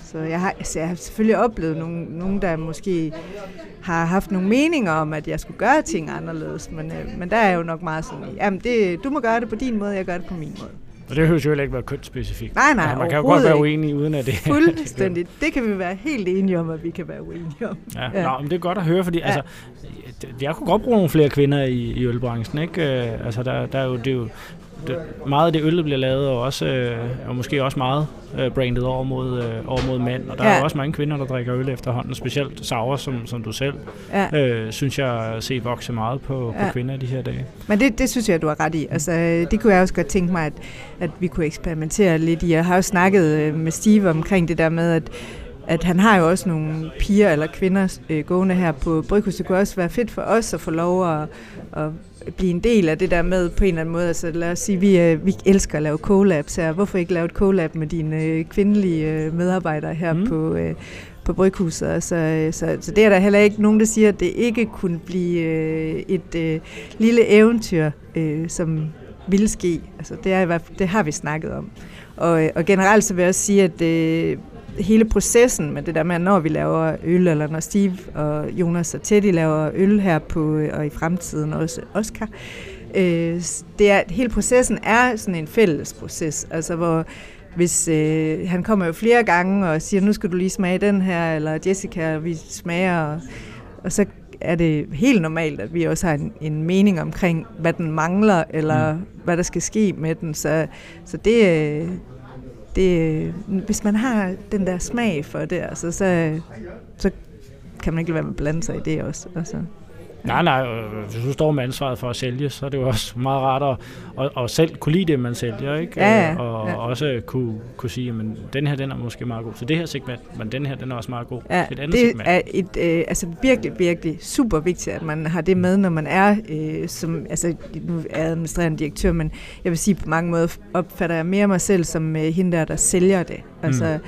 Så jeg har selvfølgelig oplevet nogen, der måske har haft nogle meninger om, at jeg skulle gøre ting anderledes, men der er jo nok meget sådan, jamen du må gøre det på din måde, jeg gør det på min måde. Og det høres jo heller ikke være kønsspecifikt. Nej, man kan jo godt være uenig uden at det. Fuldstændigt. Det kan vi være helt enige om, at vi kan være uenige om. Ja. Nå, men det er godt at høre, fordi altså, jeg kunne godt bruge nogle flere kvinder i ølbranchen, ikke? Altså, der er jo, det er jo meget af det øl, der bliver lavet, og også og måske også meget brandet over mod mænd. Og der er jo også mange kvinder, der drikker øl efterhånden, specielt sour, som du selv synes jeg ser vokse meget på kvinder i de her dage. Men det synes jeg, du har ret i. Altså, det kunne jeg også godt tænke mig, at vi kunne eksperimentere lidt i. Jeg har jo snakket med Steve omkring det der med, at han har jo også nogle piger eller kvinder gående her på Bryghuset. Det kunne også være fedt for os at få lov at blive en del af det der med på en eller anden måde. Altså lad os sige, vi elsker at lave collabs her. Hvorfor ikke lave et collab med dine kvindelige medarbejdere her på Bryghuset? Så det er der heller ikke nogen, der siger, at det ikke kunne blive et lille eventyr, som ville ske. Altså det har vi snakket om. Og generelt så vil jeg også sige, at hele processen med det der med, at når vi laver øl, eller når Steve og Jonas og Teddy laver øl her og i fremtiden også Oscar, hele processen er sådan en fælles proces, altså hvor hvis han kommer jo flere gange og siger, nu skal du lige smage den her, eller Jessica, vi smager, og så er det helt normalt, at vi også har en mening omkring, hvad den mangler, eller hvad der skal ske med den, så det hvis man har den der smag for det, altså, så kan man ikke lade være med at blande sig i det også. Altså. Nej, hvis du står med ansvaret for at sælge, så er det jo også meget rart at selv kunne lide det, man sælger, ikke? Og også kunne sige, at den her, den er måske meget god. Så det her segment, men den her, den er også meget god. Ja, et andet det segment. Er altså virkelig, virkelig super vigtigt, at man har det med, når man er som, altså nu er jeg administrerende direktør, men jeg vil sige, på mange måder opfatter jeg mere mig selv som hende der sælger det. Altså,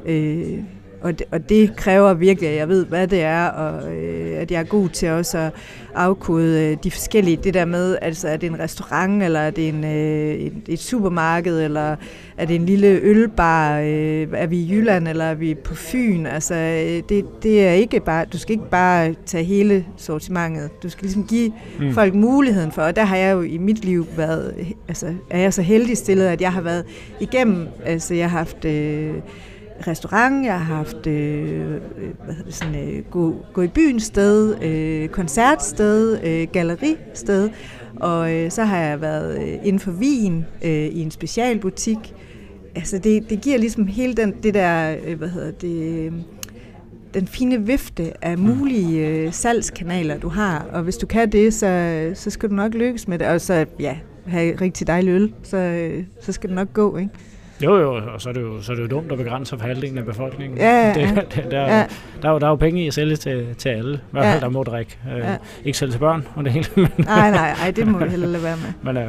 og det kræver virkelig, at jeg ved, hvad det er, og at jeg er god til også at afkode de forskellige, det der med, altså er det en restaurant, eller er det et supermarked, eller er det en lille ølbar, er vi i Jylland, eller er vi på Fyn, altså det er ikke bare, du skal ikke bare tage hele sortimentet, du skal ligesom give folk muligheden for, og der har jeg jo i mit liv været, altså er jeg så heldig stillet, at jeg har været igennem, altså jeg har haft restaurant, jeg har haft gå i byen sted, koncertsted, galleristed, og så har jeg været inden for vin i en specialbutik. Altså det giver ligesom hele den fine vifte af mulige salgskanaler, du har, og hvis du kan det, så skal du nok lykkes med det, og så have rigtig dejlig øl, så skal det nok gå, ikke? Jo, og så er det jo dumt at begrænse for halvdelen af befolkningen. Der er jo penge i at sælge til alle, i hvert fald der må drikke. Ikke selv til børn og det hele. Nej, det må vi heller lade være med. Men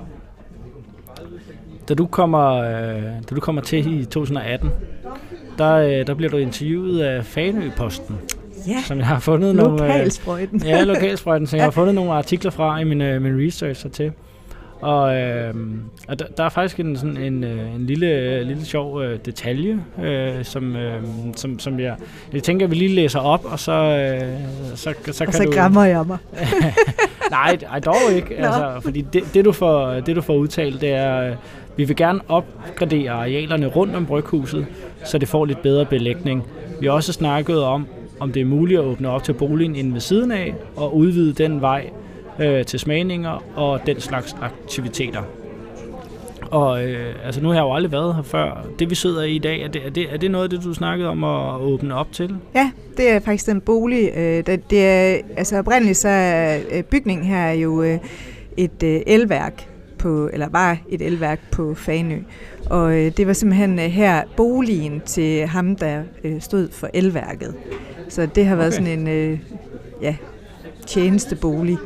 Da du kommer til i 2018, der bliver du interviewet af Fanø-Posten. Ja, som jeg har fundet lokalsprøjten. Lokalsprøjten, som jeg har fundet nogle artikler fra i min research hertil. Og der er faktisk en lille sjov detalje, som jeg tænker, vi lige læser op, og så kan så græmmer jeg mig. Nej, dog ikke. Altså, fordi det du får udtalt, det er, vi vil gerne opgradere arealerne rundt om Bryghuset, så det får lidt bedre belægning. Vi har også snakket om det er muligt at åbne op til boligen inde ved siden af, og udvide den vej til smagninger og den slags aktiviteter. Og altså nu har jeg jo aldrig været her før. Det vi sidder i dag, er det noget af det, du snakkede om at åbne op til? Ja, det er faktisk den bolig. Det er, altså oprindeligt så er bygningen her jo et elværk var et elværk på Fanø. Og det var simpelthen her boligen til ham, der stod for elværket. Så det har været sådan en tjenestebolig.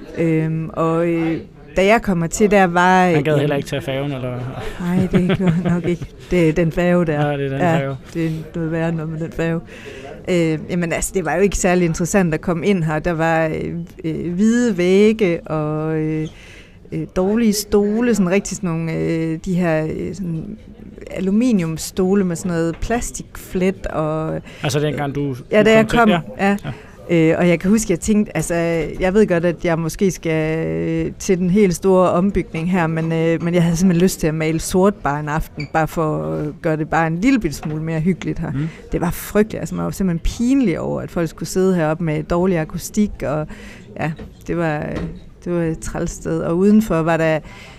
Da jeg kommer til, der var... Han gad heller ikke tage færgen, eller? Nej, det gjorde han nok ikke. Det er den færge der. Ja, det er den færge. Det er noget værre noget med den færge. Jamen altså, det var jo ikke særlig interessant at komme ind her. Der var hvide vægge og dårlige stole, sådan rigtig sådan nogle, de her sådan aluminiumstole med sådan noget plastikflet. Og, altså dengang du ja, da jeg kom, ja. Og jeg kan huske, at jeg tænkte, altså jeg ved godt, at jeg måske skal til den helt store ombygning her, men jeg havde simpelthen lyst til at male sort bare en aften, bare for at gøre det bare en lille smule mere hyggeligt her. Det var frygteligt, altså man var simpelthen pinlig over, at folk skulle sidde heroppe med dårlig akustik, og ja, det var et træls sted. Og udenfor var der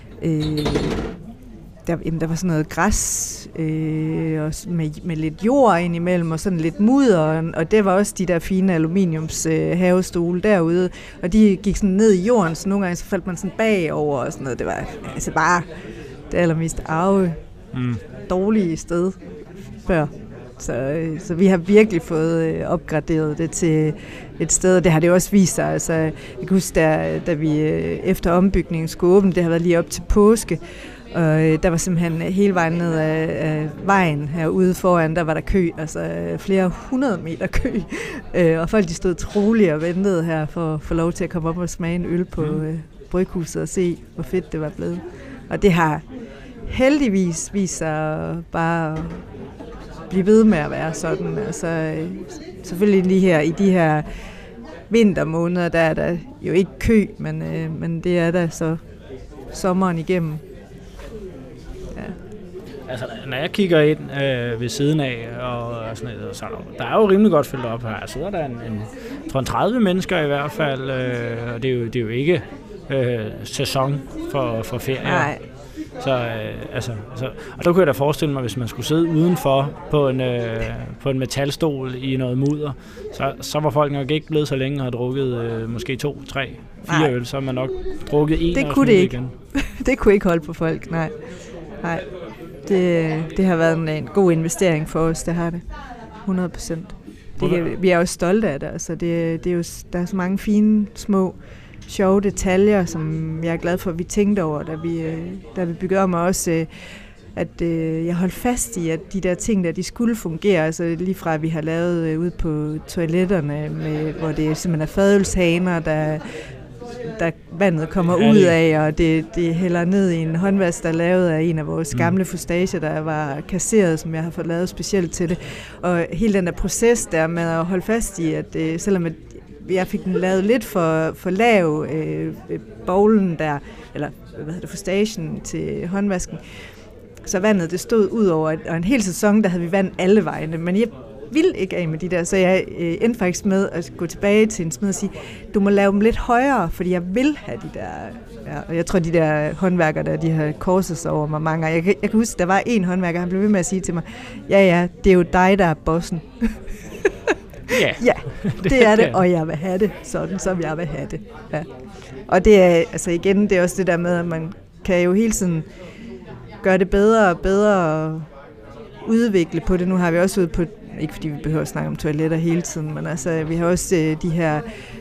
der var sådan noget græs og med lidt jord ind imellem og sådan lidt mudder, og det var også de der fine aluminiums havestole derude, og de gik sådan ned i jorden, så nogle gange så faldt man sådan bagover og sådan noget. Det var altså bare det allermest dårlige sted før. Så vi har virkelig fået opgraderet det til et sted, og det har det også vist sig. Altså, jeg kan huske, da vi efter ombygningen skulle åbne, det har været lige op til påske, og der var simpelthen hele vejen ned af vejen herude foran, der var der kø, altså flere 100 meter kø, og folk de stod troligt og ventede her for at få lov til at komme op og smage en øl på bryghuset og se, hvor fedt det var blevet. Og det har heldigvis vist sig bare blive ved med at være sådan. Altså, selvfølgelig lige her i de her vintermåneder, der er der jo ikke kø, men det er der så sommeren igennem. Ja. Altså, når jeg kigger ind ved siden af, og sådan noget, så der er jo rimelig godt fyldt op her. Så er der en 30 mennesker i hvert fald, og det er jo ikke sæson for ferie. Nej. Så, og der kunne jeg da forestille mig, hvis man skulle sidde udenfor på en metalstol i noget mudder, så var folk nok ikke blevet så længe og havde drukket måske 2, 3, 4 øl, så har man nok drukket en. Det kunne det ikke. Det kunne ikke holde på folk, nej. Det har været en god investering for os, det har det. 100%. Vi er jo stolte af det, altså det er jo, der er så mange fine, små, sjove detaljer, som jeg er glad for, at vi tænkte over, da vi byggede om, og også at jeg holdt fast i, at de der ting, der de skulle fungere, altså lige fra at vi har lavet ude på toiletterne, hvor det simpelthen er fadølshaner, der vandet kommer ud af, og det hælder ned i en håndvask, der er lavet af en af vores gamle fustager, der var kasseret, som jeg har fået lavet specielt til det. Og hele den der proces der med at holde fast i, at selvom jeg fik den lavet lidt for lav, bowlen der, eller fustagen til håndvasken, så vandet det stod ud over, og en hel sæson, der havde vi vand alle vejene, men jeg ville ikke af med de der, så jeg endte faktisk med at gå tilbage til en smed og sige, du må lave dem lidt højere, fordi jeg vil have de der, ja, og jeg tror, de der håndværkere der, de har korset sig over mig mange gange. Jeg kan huske, der var en håndværker, han blev ved med at sige til mig, ja, det er jo dig, der er bossen. Ja, det er det, og jeg vil have det sådan, som jeg vil have det. Ja. Og det er, altså igen, det er også det der med, at man kan jo hele tiden gøre det bedre og bedre og udvikle på det. Nu har vi også ude på, ikke fordi vi behøver at snakke om toiletter hele tiden, men altså vi har også de her,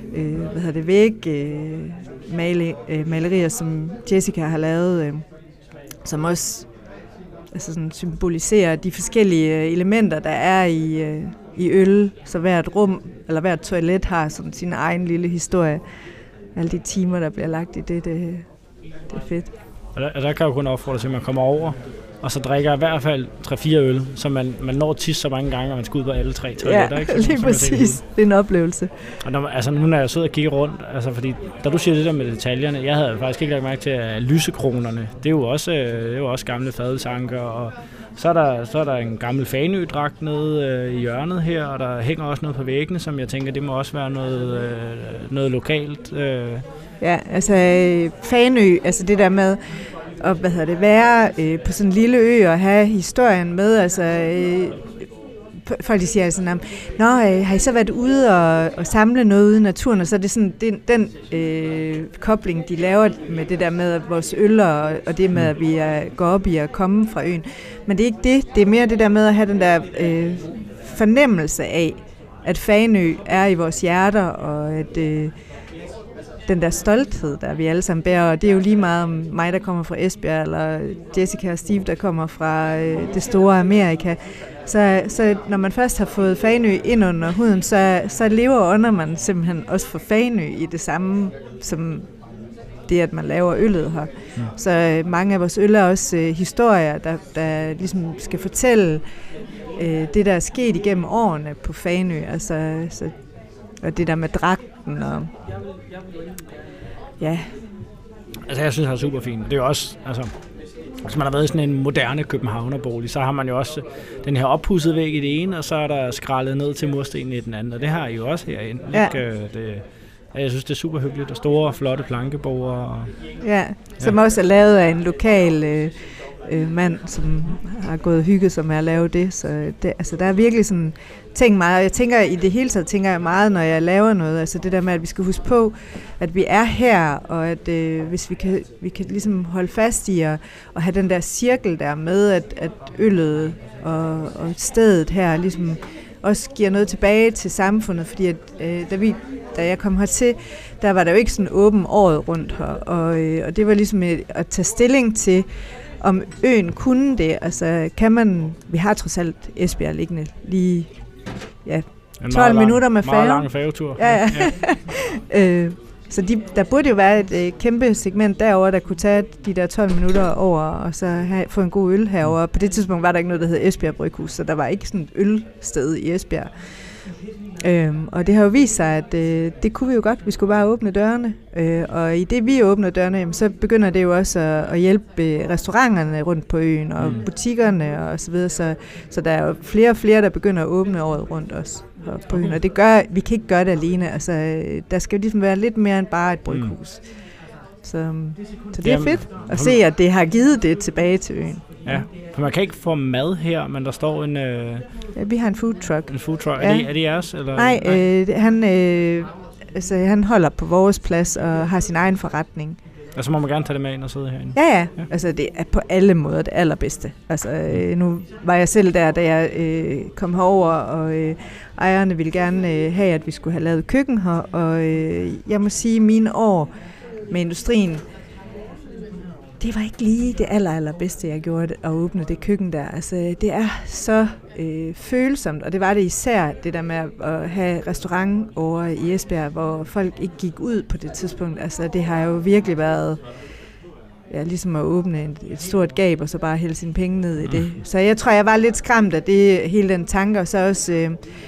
malerier, som Jessica har lavet, som også altså sådan symboliserer de forskellige elementer, der er i øl, så hvert rum, eller hvert toilet har sådan sin egen lille historie. Alle de timer, der bliver lagt i det er fedt. Og der kan jeg jo kun opfordre til, at man kommer over, og så drikker i hvert fald 3-4 øl, så man når tisse så mange gange, og man skal ud på alle 3 toiletter. Ja, ikke? lige præcis. Det er en oplevelse. Og nu når jeg sidder og kigger rundt, altså fordi, da du siger det der med detaljerne, jeg havde faktisk ikke lagt mærke til, at lysekronerne, det er jo også gamle fadelsanker, og så er der en gammel Fanø-dragt nede i hjørnet her, og der hænger også noget på væggene, som jeg tænker, det må også være noget lokalt. Ja, altså Fanø, altså det der med at være på sådan en lille ø og have historien med, altså folk de siger sådan, har I så været ude og samle noget ude i naturen, og så er det sådan den kobling, de laver med det der med vores øl og det med, at vi går op i at komme fra øen. Men det er ikke det er mere det der med at have den der fornemmelse af, at Fanø er i vores hjerter, og at den der stolthed, der vi alle sammen bærer, og det er jo lige meget om mig, der kommer fra Esbjerg, eller Jessica og Steve, der kommer fra det store Amerika. Så når man først har fået Fanø ind under huden, så lever og ånder man simpelthen også for Fanø i det samme, som det, at man laver øllet her. Så mange af vores øl er også historier, der ligesom skal fortælle det, der er sket igennem årene på Fanø. Altså, og det der med dragten og ja. Altså jeg synes, det er super fint. Det er jo også, altså, hvis man har været i sådan en moderne københavnerbolig, så har man jo også den her oppudsede væg i det ene, og så er der skrællet ned til murstenen i den anden, og det har I jo også herinde. Ja. Jeg synes, det er super hyggeligt, og store, flotte plankeborde. Og, ja, som også er lavet af en lokal mand, som har gået og hygget sig med at lave det. Så det, altså, der er virkelig sådan ting meget. Jeg tænker i det hele taget, tænker jeg meget, når jeg laver noget. Altså det der med, at vi skal huske på, at vi er her, og at hvis vi kan ligesom holde fast i at have den der cirkel der med, at øllet og stedet her ligesom også giver noget tilbage til samfundet, fordi at, da jeg kom hertil, der var der jo ikke sådan åben året rundt her, og det var ligesom at tage stilling til, om øen kunne det. Altså kan man, vi har trods alt Esbjerg liggende lige 12 minutter med færge. Meget lang færgetur. Ja. Så der burde jo være et kæmpe segment derover, der kunne tage de der 12 minutter over, og så få en god øl herover. På det tidspunkt var der ikke noget, der hed Esbjerg Bryghus, så der var ikke sådan et ølsted i Esbjerg. Og det har jo vist sig, at det kunne vi jo godt. Vi skulle bare åbne dørene. Og i det, vi åbner dørene, så begynder det jo også at hjælpe restauranterne rundt på øen, og butikkerne og så videre. Så der er jo flere og flere, der begynder at åbne året rundt også på øen. Og det gør, vi kan ikke gøre det alene. Altså, der skal jo ligesom være lidt mere end bare et bryghus. Så det er fedt at se, at det har givet det tilbage til øen. Ja, for man kan ikke få mad her, men der står en... Ja, vi har en food truck. En food truck. Ja. Er det jeres? Eller? Nej, han holder på vores plads og har sin egen forretning. Og så må man gerne tage det med ind og sidde herinde? Ja. Altså det er på alle måder det allerbedste. Altså nu var jeg selv der, da jeg kom herover, og ejerne ville gerne have, at vi skulle have lavet køkken her. Og jeg må sige, mine år med industrien, det var ikke lige det allerbedste, jeg gjorde, at åbne det køkken der. Altså, det er så følsomt, og det var det især, det der med at have restaurant over i Esbjerg, hvor folk ikke gik ud på det tidspunkt. Altså, det har jo virkelig været ligesom at åbne et stort gab, og så bare hælde sine penge ned i det. Så jeg tror, jeg var lidt skræmt af det, hele den tanke, og så også...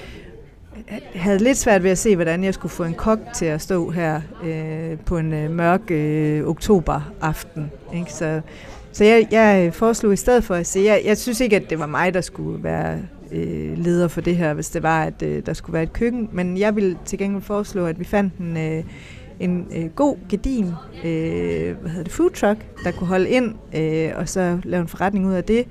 havde lidt svært ved at se, hvordan jeg skulle få en kok til at stå her på en mørk oktoberaften. Ikke? Så jeg foreslog i stedet for at se, jeg synes ikke, at det var mig, der skulle være leder for det her, hvis det var, at der skulle være et køkken. Men jeg ville til gengæld foreslå, at vi fandt en god, gedin food truck, der kunne holde ind, og så lave en forretning ud af det.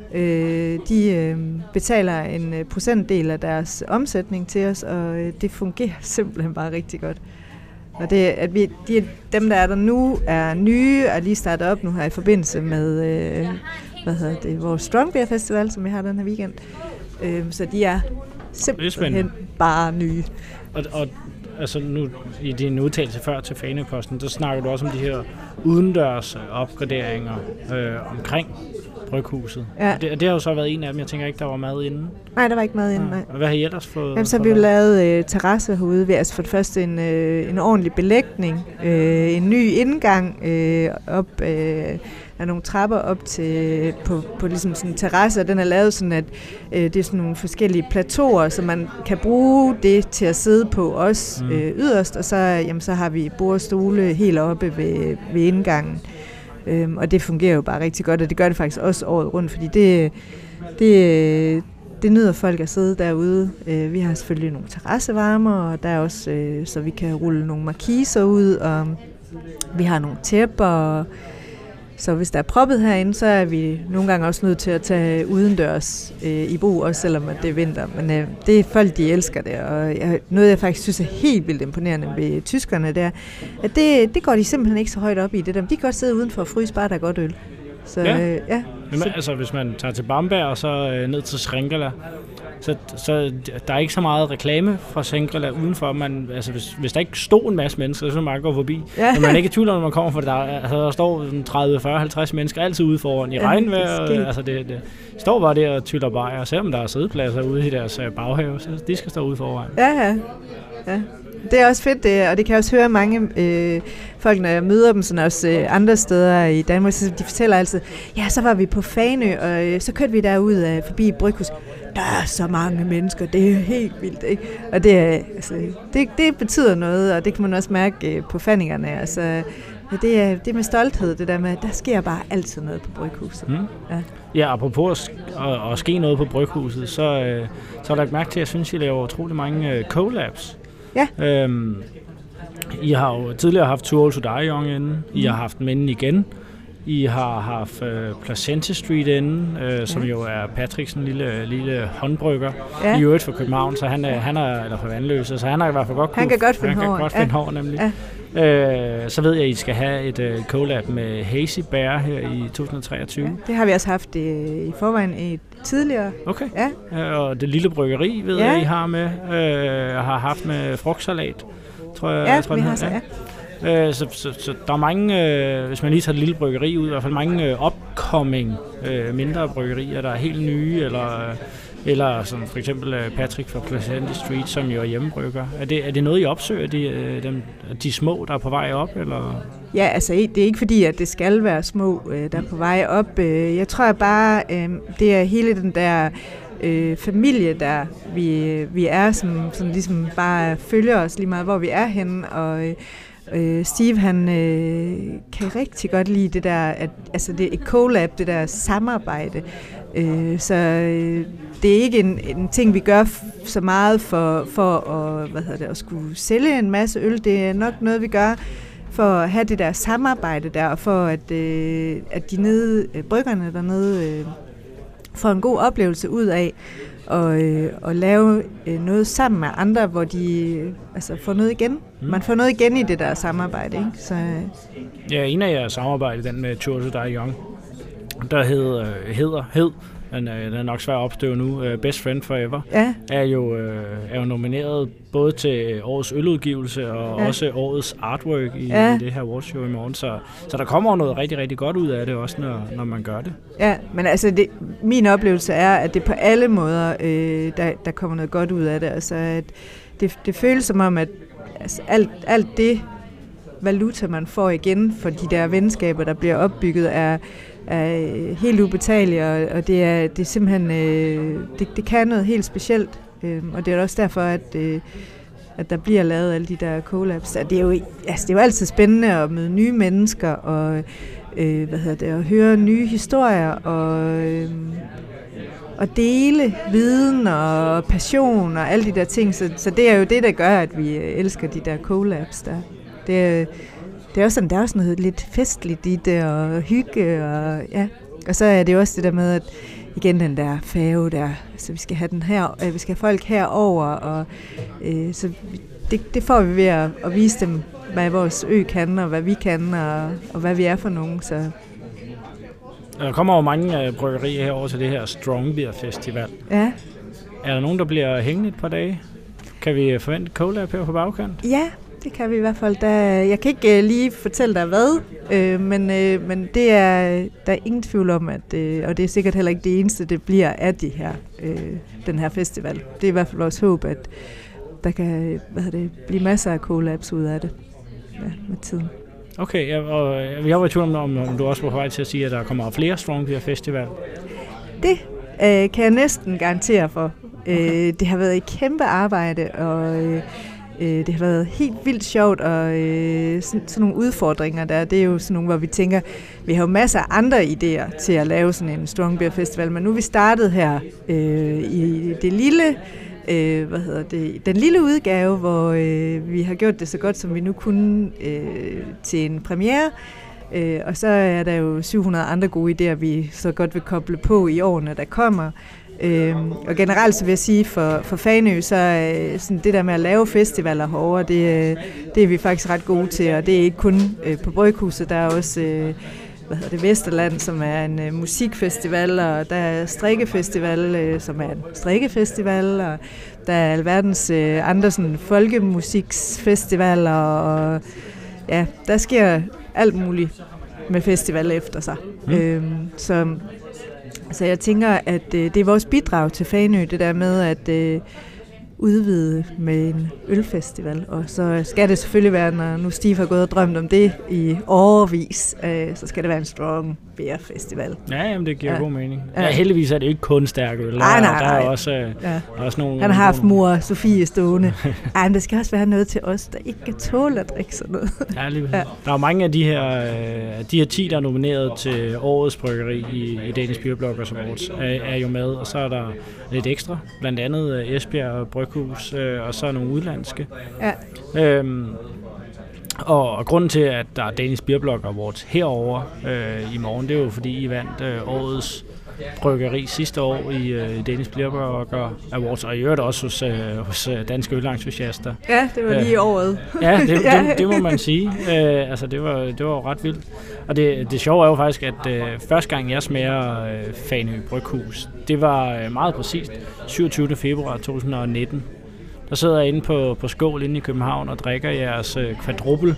De betaler en procentdel af deres omsætning til os, og det fungerer simpelthen bare rigtig godt. Og det, at dem, der er der nu, er nye og lige startet op nu her i forbindelse med vores Strong Beer Festival, som vi har den her weekend. Så de er simpelthen bare nye. Og altså nu i din udtalelse før til Fanø-Posten, så snakker du også om de her udendørs opgraderinger omkring bryghuset. Ja. Det har jo så været en af dem. Jeg tænker ikke, der var mad inden. Nej, der var ikke mad inden, nej. Hvad har I ellers fået? Jamen, så har vi jo lavet terrasse herude. Altså for det første en ordentlig belægning, en ny indgang op af nogle trapper op til på ligesom sådan en terrasse, og den er lavet sådan, at det er sådan nogle forskellige plateauer, så man kan bruge det til at sidde på også yderst, og så har vi bord og stole helt oppe ved indgangen. Og det fungerer jo bare rigtig godt, og det gør det faktisk også året rundt, fordi det nyder folk at sidde derude. Vi har selvfølgelig nogle terrassevarmer, og der er også, så vi kan rulle nogle markiser ud, og vi har nogle tæpper. Så hvis der er proppet herinde, så er vi nogle gange også nødt til at tage udendørs i brug, også selvom at det er vinter. Men det er folk, de elsker det, og noget jeg faktisk synes er helt vildt imponerende ved tyskerne, det er, at det går de simpelthen ikke så højt op i. Det der. De kan godt sidde udenfor og fryse, bare der er godt øl. Så, ja. Men, altså hvis man tager til Bamberg og så ned til Schrenkerla, så der er ikke så meget reklame fra Schrenkerla udenfor. Altså hvis der ikke stod en masse mennesker, så man går forbi. Ja. Men man er ikke i tvivl, når man kommer, for der står 30, 40, 50 mennesker altid ude foran i regnvejr. Altså det står bare der og tyller bajer, selvom der er siddepladser ude i deres baghave, så de skal stå ude foran. Ja. det er også fedt, og det kan jeg også høre mange folk, når jeg møder dem sådan også andre steder i Danmark, så de fortæller altid, ja, så var vi på Fanø, og så kørte vi derud forbi Bryghus. Der er så mange mennesker, det er helt vildt, ikke? Og det betyder noget, og det kan man også mærke på fandingerne. Altså, det er med stolthed, det der med, der sker bare altid noget på Bryghuset. Ja, apropos at ske noget på Bryghuset, så har jeg lagt mærke til, at jeg synes, I laver utrolig mange collabs. Ja. I har jo tidligere haft Too Old to Die Young inde, I har haft Mænden igen, I har haft Placenta Street inde, som jo er Patricks lille håndbrygger, i øvrigt for København, så han er eller for Vandløse, så han har i hvert fald godt kunne... Han kan godt finde hår, nemlig. Ja. Så ved jeg, at I skal have et collab med Hazy Bear her i 2023. Ja, det har vi også haft i forvejen tidligere. Okay. Ja. Og det lille bryggeri, ved jeg, I har med. Har haft med frugtsalat, tror jeg. Ja, vi har så, Så der er mange, hvis man lige tager det lille bryggeri ud, i hvert fald mange upcoming mindre bryggerier, der er helt nye, eller som for eksempel Patrick fra Placenta Street, som jo er hjemmebrygger. Er det noget, I opsøger, de små, der er på vej op? Eller? Ja, altså det er ikke fordi, at det skal være små, der er på vej op. Jeg tror bare, det er hele den der familie, der vi er, som ligesom bare følger os lige meget, hvor vi er henne. Og Steve, han kan rigtig godt lide det der, altså det er et collab, det der samarbejde. Så det er ikke en ting, vi gør så meget for at skulle sælge en masse øl. Det er nok noget, vi gør for at have det der samarbejde der, og for at de bryggerne dernede får en god oplevelse ud af og lave noget sammen med andre, hvor de får noget igen. Man får noget igen i det der samarbejde, ikke? Så, ja, en af jeres samarbejde, den med Too Old to Die Young, der hed, den er nok svær at opstøve nu, Best Friend Forever, er jo nomineret både til årets øludgivelse og også årets artwork i det her awardshow i morgen, så der kommer noget rigtig, rigtig godt ud af det også, når man gør det. Ja, men altså min oplevelse er, at det på alle måder, der kommer noget godt ud af det, altså at det føles som om, at alt det valuta, man får igen for de der venskaber, der bliver opbygget, er helt ubetalelige, og det er simpelthen, det kan noget helt specielt, og det er også derfor, at der bliver lavet alle de der collabs. Det er jo altid spændende at møde nye mennesker, og at høre nye historier, og dele viden og passion og alle de der ting, så det er jo det, der gør, at vi elsker de der collabs der. Det er også sådan, der er også noget lidt festligt i det, og hygge, og så er det også det der med, at igen den der færge der, så vi skal have den her, vi skal have folk herover, og så det får vi ved at vise dem, hvad vores ø kan, og hvad vi kan, og hvad vi er for nogen, så... Der kommer jo mange bryggerier herover til det her Strong Beer Festival. Ja. Er der nogen, der bliver hængende et par dage? Kan vi forvente collab her på bagkant? Ja, det kan vi i hvert fald. Jeg kan ikke lige fortælle dig hvad, men det er, der er ingen tvivl om, at, og det er sikkert heller ikke det eneste, det bliver af den her festival. Det er i hvert fald vores håb, at der kan blive masser af collabs ud af det med tiden. Okay, og jeg var i tvivl om du også var på vej til at sige, at der kommer flere Strong Beer Festival. Det kan jeg næsten garantere for. Okay. Det har været et kæmpe arbejde, og det har været helt vildt sjovt, og sådan nogle udfordringer der, det er jo sådan nogle, hvor vi tænker, vi har jo masser af andre idéer til at lave sådan en Strong Beer Festival, men nu er vi startet her i det lille, den lille udgave, hvor vi har gjort det så godt, som vi nu kunne til en premiere, og så er der jo 700 andre gode idéer, vi så godt vil koble på i årene, der kommer. Og generelt så vil jeg sige, for Fanø, så sådan det der med at lave festivaler herovre, det er vi faktisk ret gode til, og det er ikke kun på Bryghuset, der er også Vesterland, som er en musikfestival, og der er Strikkefestival, som er en strikkefestival, og der er alverdens andre sådan folkemusiksfestivaler, og ja, der sker alt muligt med festival efter sig. Så jeg tænker, at det er vores bidrag til Fanø, det der med, udvide med en ølfestival, og så skal det selvfølgelig være, når nu Steve har gået og drømt om det i årevis, så skal det være en strong beer festival. Ja, jamen, det giver god mening. Ja, heldigvis er det ikke kun stærk øl. Nej. Der er også nogle... Han har haft mor Sofie stående. Ej, men der skal også være noget til os, der ikke kan tåle at drikke sådan noget. Ja, lige. Ja. Der er mange af de her 10, der er nomineret til årets bryggeri i Danish Beer Bloggers Awards, er jo med, og så er der lidt ekstra, blandt andet Esbjerg Bryghus, og så nogle udlandske. Ja. Og grunden til, at der er Danish Beer Blogger Awards herovre i morgen, det er jo fordi, I vandt årets bryggeri sidste år i Danish Beer Blogger Awards, og i øvrigt også hos danske ølentusiaster. Ja, det var lige året. Ja, det må man sige. Altså, det var jo ret vildt. Og det sjove er jo faktisk, at første gang jeg smager Fanø Bryghus, det var meget præcist 27. februar 2019. Der sidder jeg inde på Skål inde i København og drikker jeres quadruple.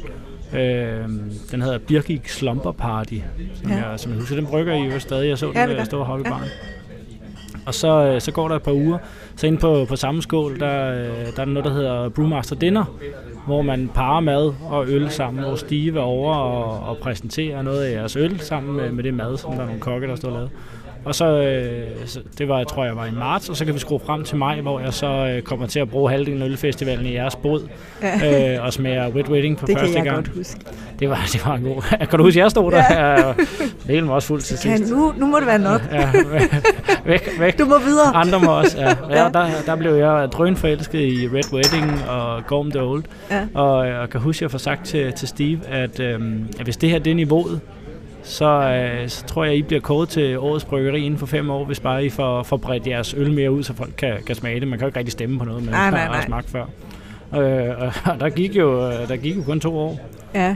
Den hedder Birgit Slumber Party, som jeg husker. Den brygger I jo stadig. Jeg så den ved store hobbybaren. Og så går der et par uger. Så inde på samme skål, der er noget, der hedder Brewmaster Dinner, hvor man parer mad og øl sammen, hvor Steve er over og præsenterer noget af jeres øl sammen med det mad, som der er nogle kokke, der står lavet. Og så, det var, jeg tror jeg var i marts, og så kan vi skrue frem til maj, hvor jeg så kommer til at bruge halvdelen af ølfestivalen i jeres båd, og smager Wet Wedding for første gang. Det kan jeg godt huske. Det var en god... Kan du huske, jeg stod der? Ja. Det hele var også fuldt til sidst. Nu må det være nok. Ja, væk. Du må videre. Andre må også, ja. Der blev jeg drønforelsket i Red Wedding og Gorm the Old. Ja. Og kan huske, jeg får sagt til Steve, at hvis det her det er niveauet, så tror jeg, I bliver kåret til årets bryggeri inden for 5 år, hvis bare I får bredt jeres øl mere ud, så folk kan smage det. Man kan jo ikke rigtig stemme på noget, man har smagt før. Og der gik jo kun 2 år. Ja.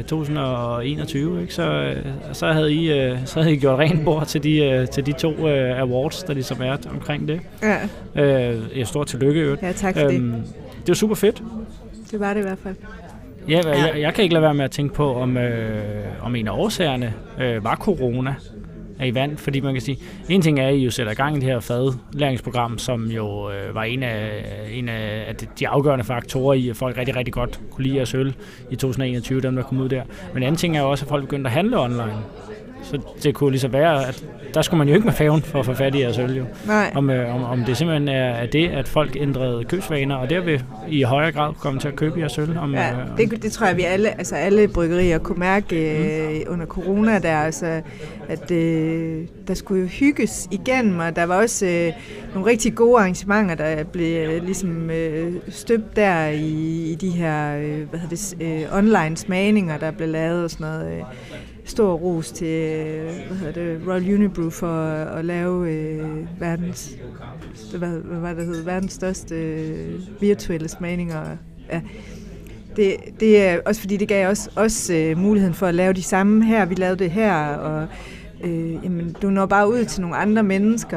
2021, ikke? Så havde I gjort rent bord til de 2 awards, der ligesom er omkring det. Ja. Et stort tillykke, øvrigt. Ja, tak for det. Det var super fedt. Det var det i hvert fald. Ja, jeg kan ikke lade være med at tænke på, om en af årsagerne var corona, at I vandt, fordi man kan sige, en ting er, at I jo sætter i gang i det her fadlæringsprogram, som jo var en af de afgørende faktorer i, at folk rigtig, rigtig godt kunne lide jeres øl i 2021, dem der kom ud der. Men en anden ting er jo også, at folk begyndte at handle online. Så det kunne ligesom være, at der skulle man jo ikke med færgen for at få fat i jeres øl, jo. Om det simpelthen er det, at folk ændrede købsvaner, og der vil i højere grad komme til at købe jeres øl. Det tror jeg, vi alle bryggerier kunne mærke under corona, der, altså, at der skulle jo hygges igennem, og der var også nogle rigtig gode arrangementer, der blev ligesom støbt der i de her online smagninger, der blev lavet og sådan noget. Stor ros til Royal Unibrew for at lave verdens største virtuelle smagninger. Ja. Det er også fordi det gav os muligheden for at lave de samme her. Vi lavede det her, og jamen, du når bare ud til nogle andre mennesker,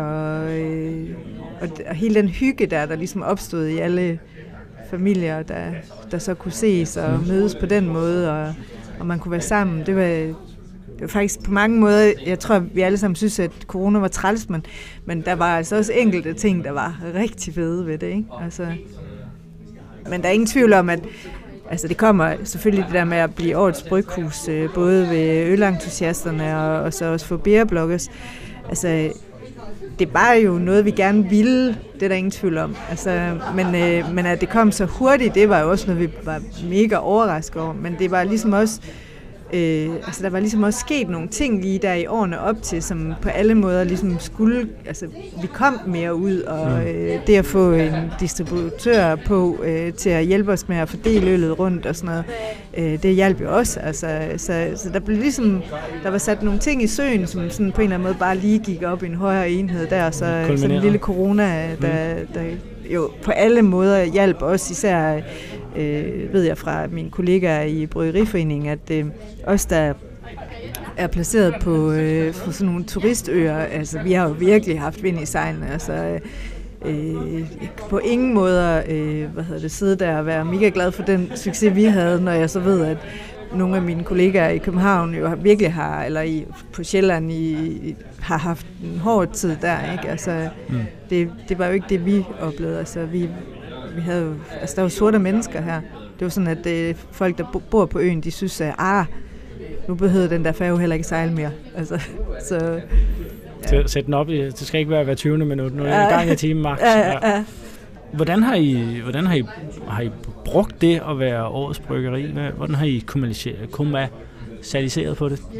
og hele den hygge der ligesom opstod i alle familier, der så kunne ses og mødes på den måde, og man kunne være sammen. Det var faktisk på mange måder, jeg tror, vi alle sammen synes, at corona var træls, men der var altså også enkelte ting, der var rigtig fede ved det, ikke? Altså, men der er ingen tvivl om, at altså, det kommer selvfølgelig det der med at blive årets bryghus, både ved ølentusiasterne og så også for beerbloggers. Altså, det er bare jo noget, vi gerne ville, det er der ingen tvivl om. Altså, men at det kom så hurtigt, det var jo også noget, vi var mega overrasket over, men det var ligesom også der var ligesom også sket nogle ting lige der i årene op til, som på alle måder ligesom skulle, altså vi kom mere ud, og det at få en distributør på til at hjælpe os med at fordele øllet rundt og sådan noget, det hjalp jo også, altså, så der blev ligesom, der var sat nogle ting i søen, som sådan på en eller anden måde bare lige gik op i en højere enhed der, så sådan en lille corona, der jo på alle måder hjalp os, især ved jeg fra mine kollegaer i Bryggeriforeningen, at os, der er placeret på sådan nogle turistøer, altså vi har jo virkelig haft vind i sejlene, altså på ingen måder sidde der og være mega glad for den succes, vi havde, når jeg så ved, at nogle af mine kollegaer i København jo virkelig har, eller på Sjælland har haft en hård tid der, ikke? Altså, det var jo ikke det, vi oplevede. Altså, vi havde jo, altså der var sorte mennesker her. Det var sådan, at folk, der bor på øen, de synes, at nu behøver den der færge heller ikke sejle mere. Altså, så... Ja. Sæt den op, det skal ikke være hver 20. minut, nu er det en gang i timen max. Ja. Hvordan har I brugt det at være årets bryggeri? Hvordan har I kommercialiseret på det?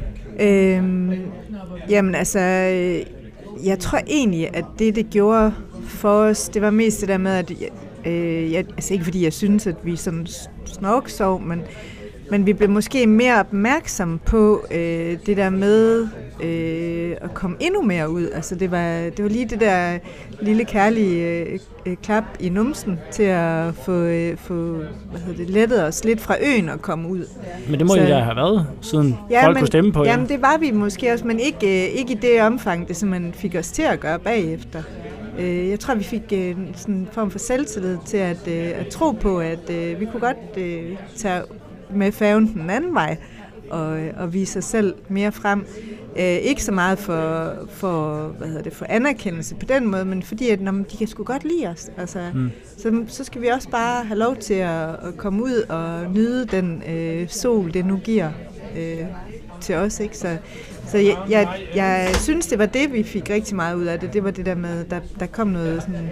Jamen altså, jeg tror egentlig, at det gjorde for os, det var mest det der med, at altså ikke fordi jeg synes, at vi sådan snorksov, men vi blev måske mere opmærksomme på det der med at komme endnu mere ud. Altså det var lige det der lille kærlige klap i numsen til at få lettet os lidt fra øen og komme ud. Men det må I da have været, siden folk kunne stemme på jer. Jamen det var vi måske også, men ikke i det omfang, det simpelthen fik os til at gøre bagefter. Jeg tror, vi fik sådan en form for selvtillid til at tro på, at vi kunne godt tage med færgen den anden vej og vise os selv mere frem. Ikke så meget for anerkendelse på den måde, men fordi at, de kan sgu godt lide os. Altså, så skal vi også bare have lov til at komme ud og nyde den sol, det nu giver til os. Ikke? Så jeg synes, det var det, vi fik rigtig meget ud af det. Det var det der med, der kom noget sådan,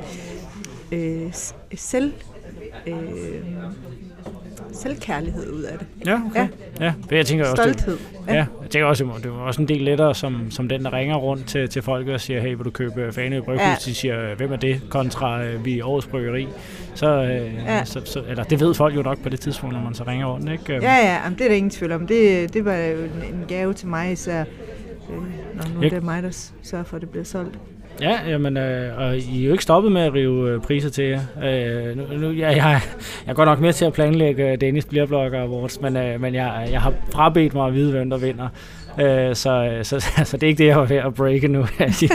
selvkærlighed ud af det. Ja, okay. Ja, jeg tænker stolthed. Også, jeg tænker også, det var også en del lettere, som den, der ringer rundt til folk og siger, hey, vil du købe Fanø Bryghus? De siger, hvem er det, kontra vi er årets bryggeri. Så, eller det ved folk jo nok på det tidspunkt, når man så ringer rundt, ikke? Ja, det er der ingen tvivl om. Det var jo en gave til mig især, når det er mig, der sørger for, at det bliver solgt. Ja, jamen, og I er jo ikke stoppet med at rive priser til jer. Jeg går nok med til at planlægge Danish Beer Blogger Awards, men jeg har frabedt mig at vide, hvem der vinder. Så det er ikke det, jeg var ved at breake nu.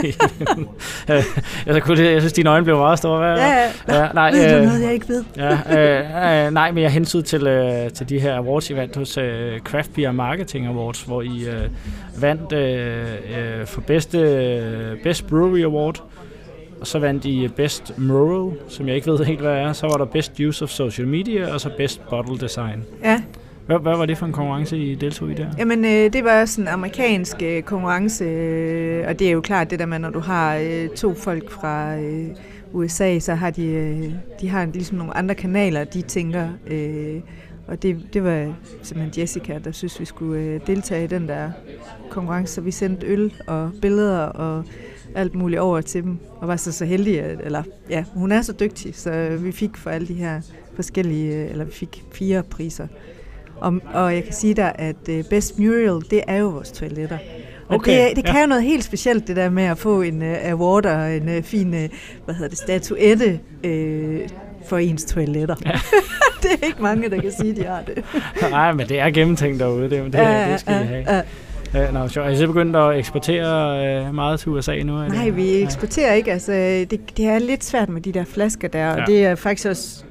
Jeg synes, dine øjne blev meget store. Nej, det er noget, jeg ikke ved. Nej, men jeg hensyd til de her awards, I vandt hos Craft Beer Marketing Awards, hvor I vandt for Best Brewery Award, og så vandt I Best Mural, som jeg ikke ved helt, hvad er. Så var der Best Use of Social Media, og så Best Bottle Design. Ja. Hvad var det for en konkurrence, I deltog i der? Jamen, det var sådan en amerikansk konkurrence, og det er jo klart det der med, når du har to folk fra USA, så har de har ligesom nogle andre kanaler, de tænker, og det var simpelthen Jessica, der synes, vi skulle deltage i den der konkurrence, så vi sendte øl og billeder og alt muligt over til dem, og var så heldige, hun er så dygtig, så vi fik for alle de her forskellige, eller vi fik 4 priser. Og jeg kan sige dig, at Best Mural, det er jo vores toiletter. Og okay, det kan jo noget helt specielt, det der med at få en award og en fin, statuette for ens toiletter. Ja. Det er ikke mange, der kan sige, de har det. Nej, men det er gennemtænkt derude, det skal I have. Har I så begyndt at eksportere meget til USA nu? Nej, vi eksporterer ikke. Altså, det er lidt svært med de der flasker der, og det er faktisk også...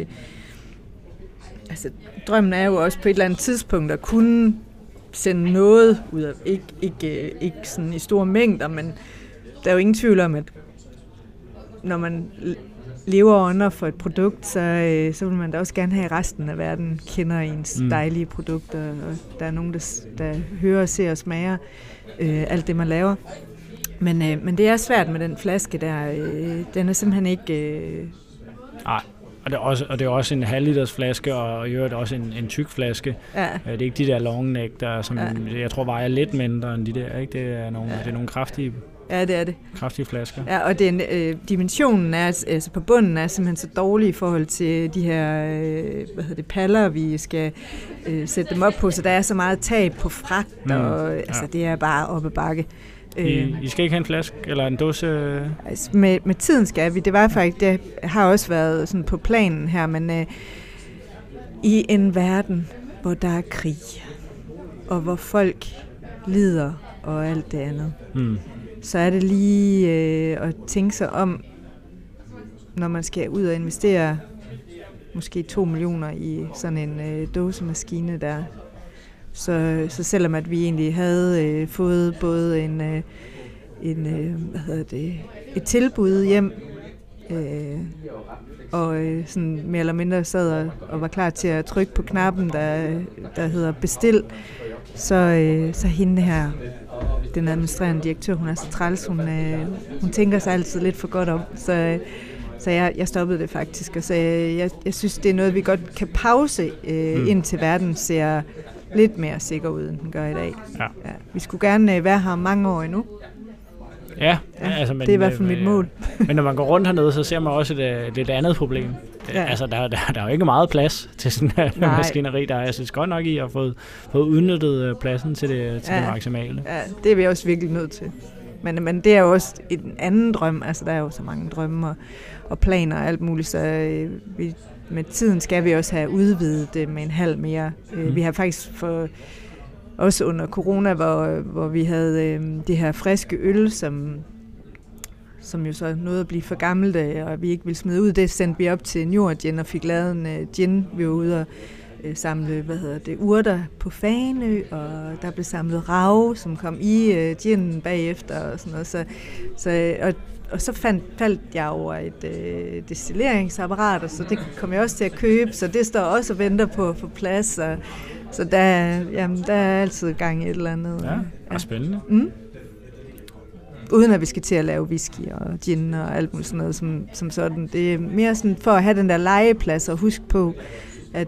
drømmen er jo også på et eller andet tidspunkt at kunne sende noget ud af, ikke sådan i store mængder, men der er jo ingen tvivl om, at når man lever under for et produkt, så vil man da også gerne have, at resten af verden kender ens dejlige produkter, og der er nogen, der hører, ser og smager alt det, man laver. Men det er svært med den flaske der. Den er simpelthen ikke... Nej. Og det er også en halvliters flaske, og i øvrigt også en tyk flaske. Ja. Det er ikke de der long neck, der som jeg tror vejer lidt mindre end de der, ikke? Det er nogle kraftige. Ja, det er det. Kraftige flasker. Ja, og dimensionen er altså på bunden er simpelthen så dårlig i forhold til de her paller, vi skal sætte dem op på, så der er så meget tab på fragt, og det er bare op ad bakke. I skal ikke have en flaske eller en dåse? Altså med tiden skal vi. Det var faktisk, det har også været sådan på planen her, men i en verden, hvor der er krig, og hvor folk lider og alt det andet, så er det lige at tænke sig om, når man skal ud og investere måske 2 millioner i sådan en dåsemaskine der. Så selvom at vi egentlig havde fået både et tilbud hjem sådan mere eller mindre sad og var klar til at trykke på knappen, der hedder bestil, så hende her, den administrerende direktør, hun er så træls, hun tænker sig altid lidt for godt om, så jeg stoppede det faktisk, og så jeg synes, det er noget, vi godt kan pause, indtil verden ser lidt mere sikker ud, end den gør i dag. Ja. Ja, vi skulle gerne være her mange år endnu. Ja, altså, men, det er i hvert fald mit mål. Men når man går rundt hernede, så ser man også et lidt andet problem. Ja. Altså, der er jo ikke meget plads til sådan en maskineri, der er. Jeg synes godt nok, I har fået udnyttet pladsen til det maksimale. Ja, det er vi også virkelig nødt til. Men det er jo også en anden drøm. Altså, der er jo så mange drømme og planer og alt muligt, så med tiden skal vi også have udvidet det med en halv mere. Vi har faktisk også under corona, hvor vi havde det her friske øl, som jo så nåede at blive for gammelt af, og vi ikke ville smide ud. Det sendte vi op til Njord og fik lavet en gin. Vi var ude og samle, urter på Fanø, og der blev samlet rav, som kom i ginen bagefter og sådan noget. Og så faldt jeg over et destilleringsapparat, og så det kom jeg også til at købe, så det står også og venter på at få plads, og så der er altid gang i et eller andet. Ja, det er spændende. Uden at vi skal til at lave whisky og gin og alt muligt sådan noget som sådan. Det er mere sådan for at have den der legeplads og huske på, at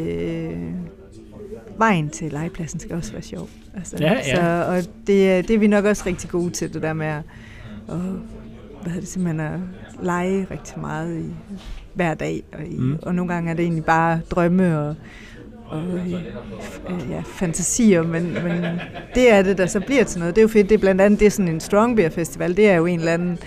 vejen til legepladsen skal også være sjov. Altså, ja. Og det er vi nok også rigtig gode til, det der med at simpelthen at lege rigtig meget hver dag. Og nogle gange er det egentlig bare drømme og fantasier, men det er det, der så bliver til noget. Det er jo fedt. Det er blandt andet det er sådan en Strong Beer Festival. Det er jo en eller anden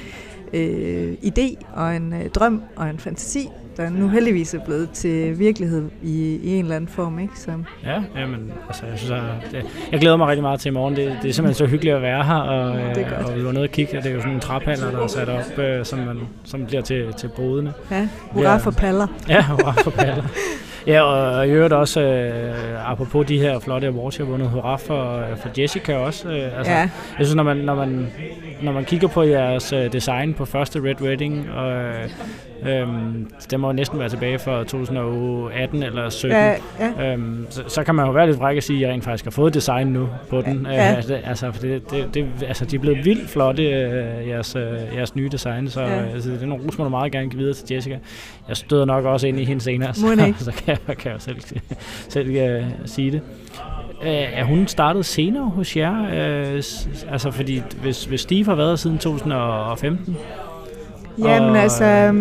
idé og en drøm og en fantasi, der nu heldigvis er blevet til virkelighed i en eller anden form, ikke? Så. Ja, men altså, jeg synes, jeg glæder mig rigtig meget til i morgen. Det er simpelthen så hyggeligt at være her, og vi var nede og kigge, og det er jo sådan en træpaller, der er sat op, som bliver til bodene. Ja, hurra for paller. Ja, hurra for paller. Ja, og i øvrigt også, apropos de her flotte awards, jeg har vundet, hurra for Jessica også. Altså, ja. Jeg synes, når man kigger på jeres design på første Red Wedding, og det må næsten være tilbage fra 2018 eller 17, så kan man jo være lidt fræk at sige, at jeg rent faktisk har fået design nu på den. Altså, for de er blevet vildt flotte, jeres nye design, så altså, det er nogle ros, man meget gerne give videre til Jessica. Jeg støder nok også ind i hende senere, så kan jeg selv sige det. Er hun startet senere hos jer? Altså, fordi hvis Steve har været siden 2015? Jamen altså,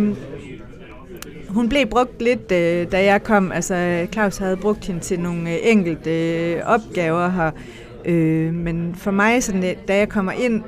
hun blev brugt lidt, da jeg kom. Altså, Claus havde brugt hende til nogle enkelte opgaver her. Men for mig, sådan, da jeg kommer ind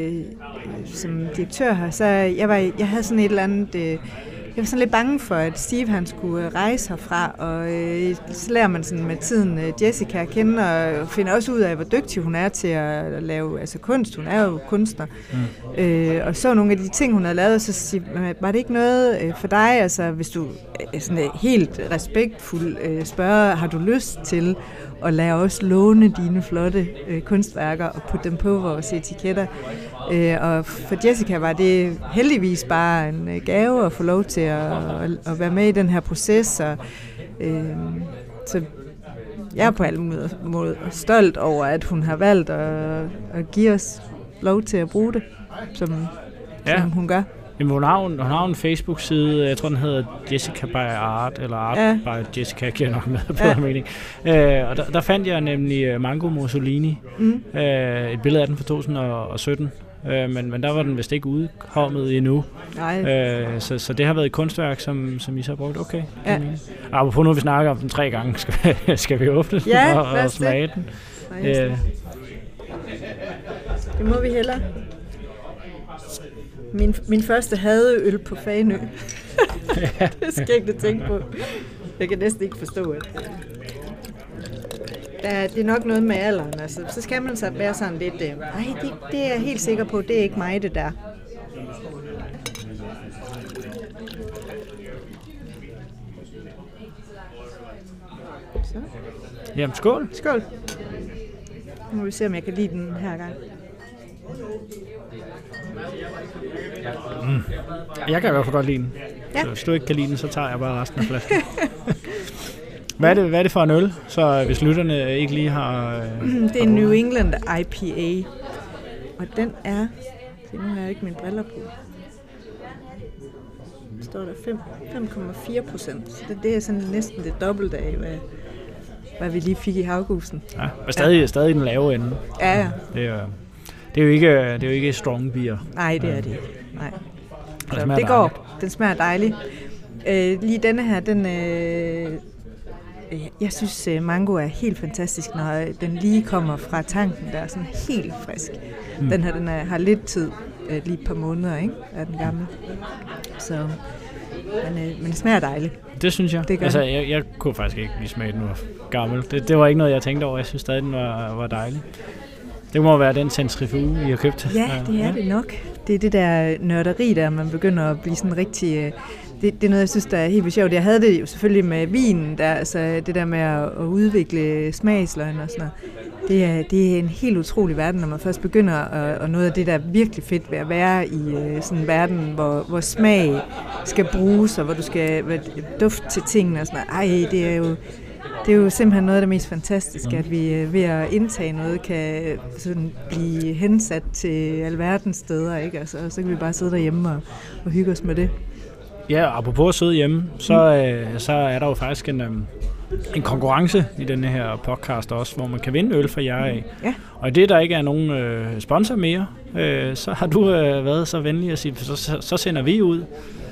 som direktør her, så jeg havde sådan et eller andet. Jeg var sådan lidt bange for, at Steve han skulle rejse herfra, og så lærer man sådan med tiden Jessica at kende, og finder også ud af, hvor dygtig hun er til at lave kunst. Hun er jo kunstner. Og så nogle af de ting, hun har lavet, så siger var det ikke noget for dig? Altså, hvis du sådan helt respektfuld spørger, har du lyst til at lade os låne dine flotte kunstværker og putte dem på vores etiketter? Og for Jessica var det heldigvis bare en gave at få lov til at være med i den her proces. Og, så jeg er på alle måder stolt over, at hun har valgt at give os lov til at bruge det, som hun gør. Jamen, hun har en Facebook-side, jeg tror, den hedder Jessica by Art, eller Art by Jessica, jeg giver nok med på mening. Og der fandt jeg nemlig Mango Mussolini, et billede af den fra 2017. Men der var den vist ikke udkommet endnu. Så det har været et kunstværk, som I så har brugt. Okay. Ja. Apropos nu, vi snakker om den 3 gange, skal vi åbne den og smage den? Det må vi hellere. Min første hadeøl på Fanø. Det skal jeg ikke tænke på. Jeg kan næsten ikke forstå det. Det er nok noget med alderen, altså. Så skal man så være sådan lidt, det er jeg helt sikker på, det er ikke mig, det der. Så. Jamen, skål. Skål. Nu må vi se, om jeg kan lide den her gang. Jeg kan i hvert fald godt lide den. Ja. Så hvis du ikke kan lide den, så tager jeg bare resten af flasken. Hvad er det for en øl, så hvis lytterne ikke lige har... Det er en New England IPA, og den er... Se, nu har jeg ikke mine briller på. Der står der 5,4%, så det er sådan næsten det dobbelte af, hvad vi lige fik i Havgusen. Ja, og stadig den lave ende. Ja. Det er jo ikke strong beer. Nej, det er det ikke. Nej. Så Det det går. Den smager dejligt. Lige denne her, jeg synes, mango er helt fantastisk, når den lige kommer fra tanken, der er sådan helt frisk. Den her, har lidt tid, lige et par måneder, ikke? Er den gamle. Så, men det smager dejligt. Det synes jeg. Det altså, jeg kunne faktisk ikke lige smage, den var gammel. Det var ikke noget, jeg tænkte over. Jeg synes stadig, den var dejlig. Det må være den centrifuge, I har købt. Ja, det er det nok. Det er det der nørderi, der man begynder at blive sådan rigtig... Det er noget, jeg synes, der er helt vildt sjovt. Jeg havde det jo selvfølgelig med vinen, der, altså det der med at udvikle smagsløgn og sådan noget. Det er en helt utrolig verden, når man først begynder, og noget af det, der er virkelig fedt ved at være i sådan en verden, hvor smag skal bruges, og hvor du skal dufte til tingene og sådan noget. Det er jo simpelthen noget af det mest fantastiske, at vi ved at indtage noget, kan sådan blive hensat til alverdens steder, ikke? Altså, så kan vi bare sidde derhjemme og hygge os med det. Ja, apropos at sidde hjemme, så er der jo faktisk en konkurrence i denne her podcast også, hvor man kan vinde øl fra jer af. Ja. Og i det, der ikke er nogen sponsor mere, så har du været så venlig at sige, så sender vi ud.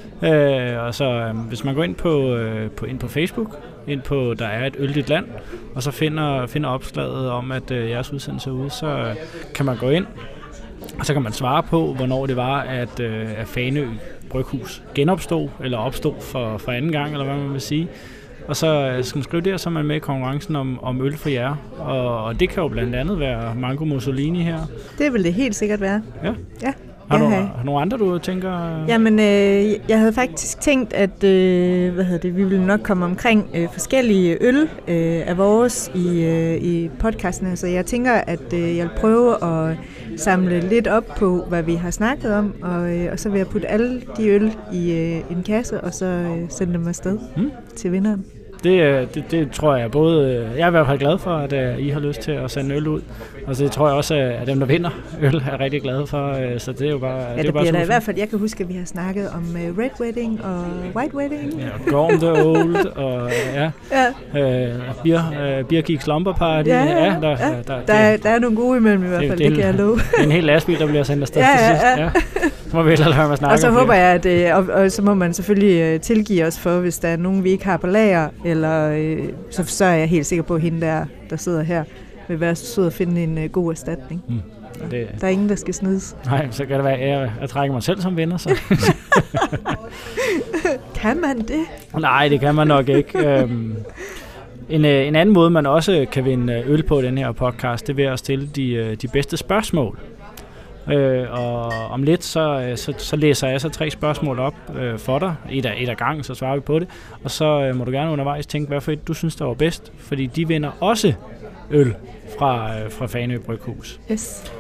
Og så hvis man går ind på Facebook, der er et øl dit land, og så finder opslaget om, at jeres udsendelse er ude, så kan man gå ind, og så kan man svare på, hvornår det var, at Fanø Bryghus genopstod, eller opstod for anden gang, eller hvad man vil sige. Og så skal man skrive der, så er man med i konkurrencen om øl for jer. Og det kan jo blandt andet være Mango Mussolini her. Det vil det helt sikkert være. Ja. Har du nogle andre, du tænker? Jamen, jeg havde faktisk tænkt, at vi ville nok komme omkring forskellige øl af vores i podcasten. Så jeg tænker, at jeg vil prøve at samle lidt op på, hvad vi har snakket om, og så vil jeg putte alle de øl i en kasse, og så sende dem afsted til vinderen. Det tror jeg både... Jeg er i hvert fald glad for, at I har lyst til at sende øl ud. Og så tror jeg også, at dem, der vinder øl, er rigtig glade for. Så det er jo bare... Ja, det bliver der i hvert fald. Jeg kan huske, at vi har snakket om Red Wedding og White Wedding. Ja, Gorm the Old og Beer Geek Slumber Party. Der er nogle gode imellem i hvert fald, det kan jeg love. Det er en hel lastbil, der bliver sendt afsted til sidst. Ja. Så må vi ellers lade med at snakke. Og så håber jeg, at og så må man selvfølgelig tilgive os for, hvis der er nogen, vi ikke har på lager, eller så er jeg helt sikker på, at hende der sidder her vil være sød at finde en god erstatning. Der er ingen, der skal snydes. Nej, så kan det være, at jeg trækker mig selv som vinder. Så. Kan man det? Nej, det kan man nok ikke. En anden måde, man også kan vinde øl på den her podcast, det er ved at stille de bedste spørgsmål. Og om lidt, så læser jeg så 3 spørgsmål op for dig. Et af gangen, så svarer vi på det. Og så må du gerne undervejs tænke, hvad for et du synes, der var bedst. Fordi de vinder også øl fra Fanø Bryghus. Yes.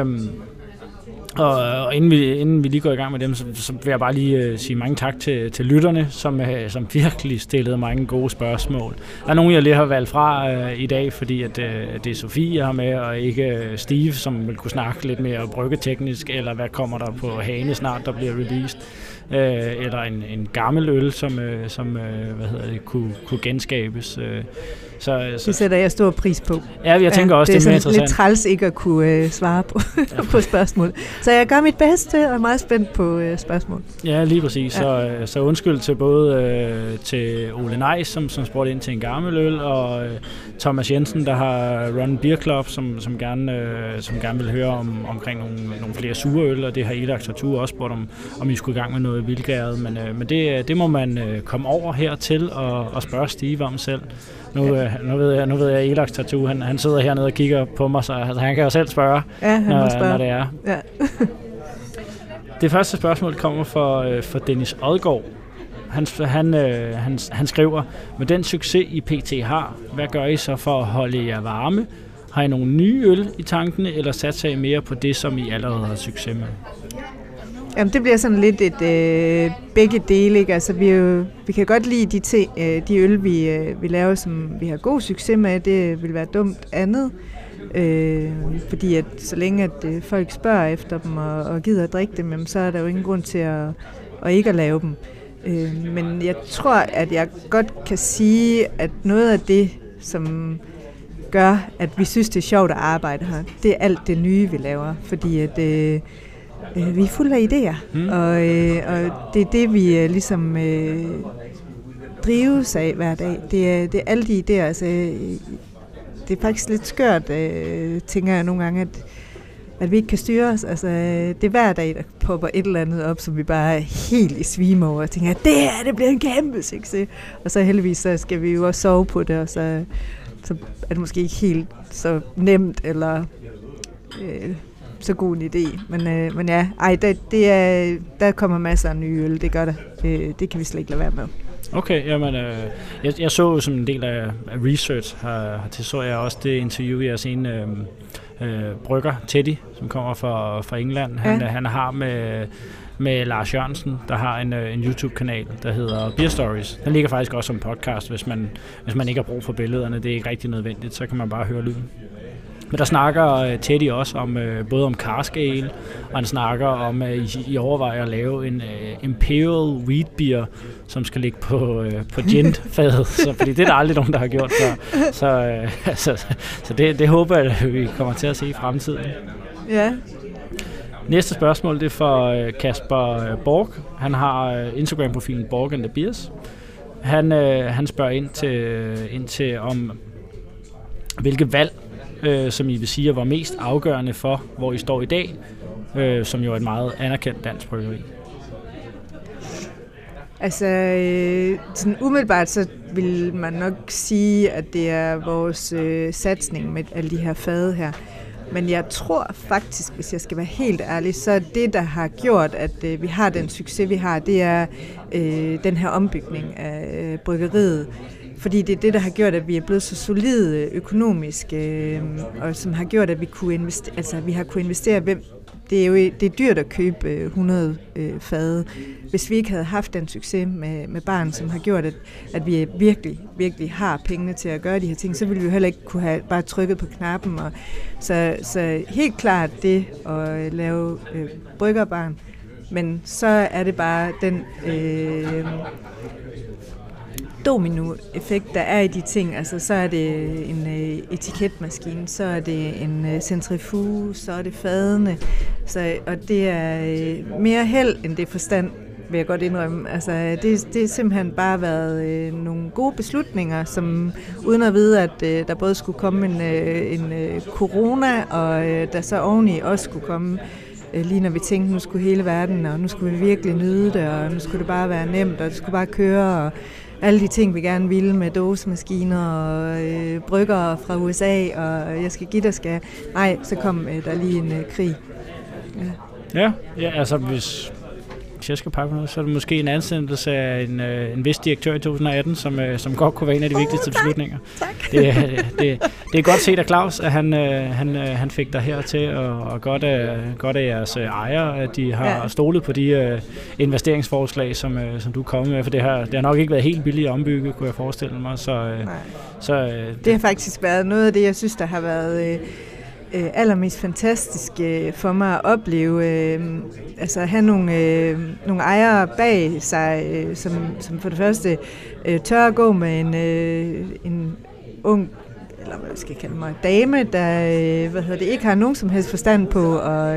Og inden vi lige går i gang med dem, så vil jeg bare lige sige mange tak til lytterne, som virkelig stillede mange gode spørgsmål. Der er nogle, jeg lige har valgt fra i dag, fordi at det er Sofie, jeg har med, og ikke Steve, som vil kunne snakke lidt mere bryggeteknisk, eller hvad kommer der på Hane snart, der bliver released. Eller en gammel øl, som kunne genskabes. Det sætter jeg stor pris på. Ja, jeg tænker også, det er mere interessant. Det er lidt træls ikke at kunne svare på spørgsmål. Så jeg gør mit bedste og er meget spændt på spørgsmål. Ja, lige præcis. Ja. Så undskyld til både til Ole Neis, som spurgte ind til en gammel øl, og Thomas Jensen, der har Run Beer Club, som gerne vil høre omkring nogle flere sure øl, og det har Elak Tattoo også spurgt om I skulle i gang med noget vildgæret, men det må man komme over hertil og spørge Steve om selv. Nu ved jeg, at Elaks Tattoo, han sidder hernede og kigger på mig, så han kan jo selv spørge, når det er. Ja. Det første spørgsmål kommer fra Dennis Odgaard. Han skriver, med den succes I PT har, hvad gør I så for at holde jer varme? Har I nogle nye øl i tankene, eller satser I mere på det, som I allerede har succes med? Jamen, det bliver sådan lidt et begge dele, ikke? Altså, vi kan godt lide de øl, vi laver, som vi har god succes med. Det vil være dumt andet. Fordi at så længe at folk spørger efter dem og gider at drikke dem, så er der jo ingen grund til at ikke at lave dem. Men jeg tror, at jeg godt kan sige, at noget af det, som gør, at vi synes, det er sjovt at arbejde her, det er alt det nye, vi laver. Fordi at vi er fulde af idéer, og det er det, vi ligesom drives af hver dag. Det er alle de idéer. Altså, det er faktisk lidt skørt, tænker jeg nogle gange, at vi ikke kan styre os. Altså, det er hver dag, der popper et eller andet op, som vi bare er helt i svime over og tænker, det bliver en kæmpe succes. Og så heldigvis så skal vi jo også sove på det, og så er det måske ikke helt så nemt eller så god en idé. Men ja, der kommer masser af nye øl, det gør der. Det kan vi slet ikke lade være med. Okay, jamen, jeg så som en del af research hertil, så jeg også det interview, jeg har set brygger, Teddy, som kommer fra England. Han har med Lars Jørgensen, der har en YouTube-kanal, der hedder Beer Stories. Den ligger faktisk også som podcast, hvis man ikke har brug for billederne. Det er ikke rigtig nødvendigt, så kan man bare høre lyden. Men der snakker Teddy også om både om cask ale, og han snakker om, at I overvejer at lave en Imperial Wheat Beer, som skal ligge på gin-fadet, fordi det er der aldrig nogen, der har gjort før. Så det håber jeg, at vi kommer til at se i fremtiden. Ja. Næste spørgsmål, det er for Kasper Borg. Han har Instagram-profilen Borg and the Beers. Han spørger ind til om hvilke valg, som I vil sige var mest afgørende for, hvor I står i dag, som jo er et meget anerkendt dansk bryggeri. Altså, sådan umiddelbart så vil man nok sige, at det er vores satsning med alle de her fade her. Men jeg tror faktisk, hvis jeg skal være helt ærlig, så det, der har gjort, at vi har den succes, vi har, det er den her ombygning af bryggeriet. Fordi det er det, der har gjort, at vi er blevet så solide økonomisk, og som har gjort, at vi kunne investere. Altså, vi har kunne investere. Det er dyrt at købe 100 fade. Hvis vi ikke havde haft den succes med barn, som har gjort, at vi virkelig, virkelig har pengene til at gøre de her ting, så ville vi jo heller ikke kunne have bare trykket på knappen. Så helt klart det at lave bryggerbarn. Men så er det bare den domino-effekt, der er i de ting. Altså, så er det en etiketmaskine, så er det en centrifuge, så er det fadene. Og det er mere held, end det forstand, vil jeg godt indrømme. Altså, det er simpelthen bare været nogle gode beslutninger, som uden at vide, at der både skulle komme en corona, og der så oveni også skulle komme, lige når vi tænkte, nu skulle hele verden, og nu skulle vi virkelig nyde det, og nu skulle det bare være nemt, og det skulle bare køre, og alle de ting, vi gerne ville med dåsemaskiner og bryggere fra USA, og jeg skal give dig skal. Nej, så kom der lige en krig. Ja, altså hvis jeg skal pakke noget, så er det måske en ansættelse af en vis direktør i 2018, som godt kunne være en af de vigtigste beslutninger. Tak. Det er godt set af Claus, at han fik dig hertil, og godt af jeres ejere, at de har stolet på de investeringsforslag, som du er kommet med, for det har nok ikke været helt billigt at ombygge, kunne jeg forestille mig. Det har faktisk været noget af det, jeg synes, der har været allermest fantastisk for mig at opleve, altså at have nogle ejere bag sig, som for det første tør at gå med en ung, eller hvad skal jeg kalde mig, dame, der ikke har nogen som helst forstand på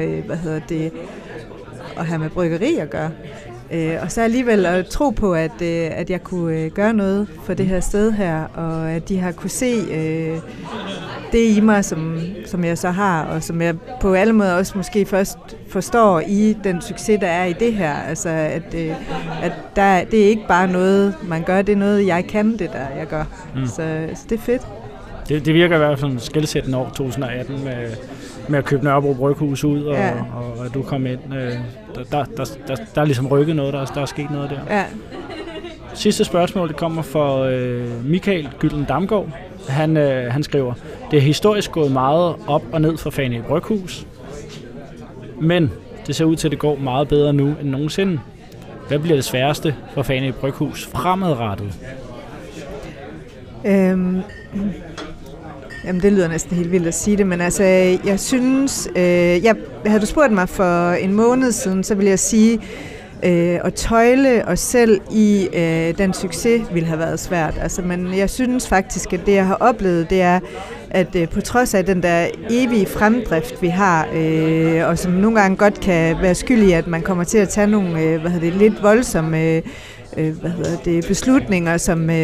at have med bryggeri at gøre. Og så alligevel at tro på, at jeg kunne gøre noget for det her sted her, og at de har kunne se det i mig, som jeg så har, og som jeg på alle måder også måske først forstår i den succes, der er i det her. Altså, at det er ikke bare noget, man gør, det er noget, jeg kan, det der jeg gør. Så det er fedt. Det virker i hvert fald som skelsættende år 2018 med at købe Nørrebro Bryghus ud, og du kom ind. Der er ligesom rykket noget, der er sket noget der. Ja. Sidste spørgsmål, det kommer fra Michael Gylden Damgaard. Han skriver, Det er historisk gået meget op og ned for Fanø Bryghus, men det ser ud til, at det går meget bedre nu end nogensinde. Hvad bliver det sværeste for Fanø Bryghus fremadrettet? Jamen, det lyder næsten helt vildt at sige det, men altså, jeg synes, havde du spurgt mig for en måned siden, så ville jeg sige, at tøjle os selv i den succes ville have været svært. Altså, men jeg synes faktisk, at det, jeg har oplevet, det er, at på trods af den der evige fremdrift, vi har, og som nogle gange godt kan være skyld i, at man kommer til at tage nogle lidt voldsomme beslutninger,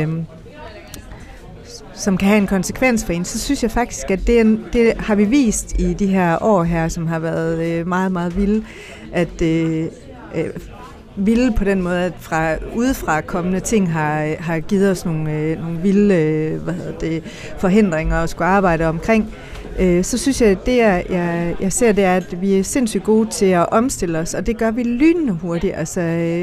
som kan have en konsekvens for en, så synes jeg faktisk, at det har vi vist i de her år her, som har været meget, meget vilde, at vilde på den måde, at fra udefra kommende ting har givet os nogle vilde forhindringer at skulle arbejde omkring. Så synes jeg, at det jeg ser, det er, at vi er sindssygt gode til at omstille os, og det gør vi lynende hurtigt. Altså,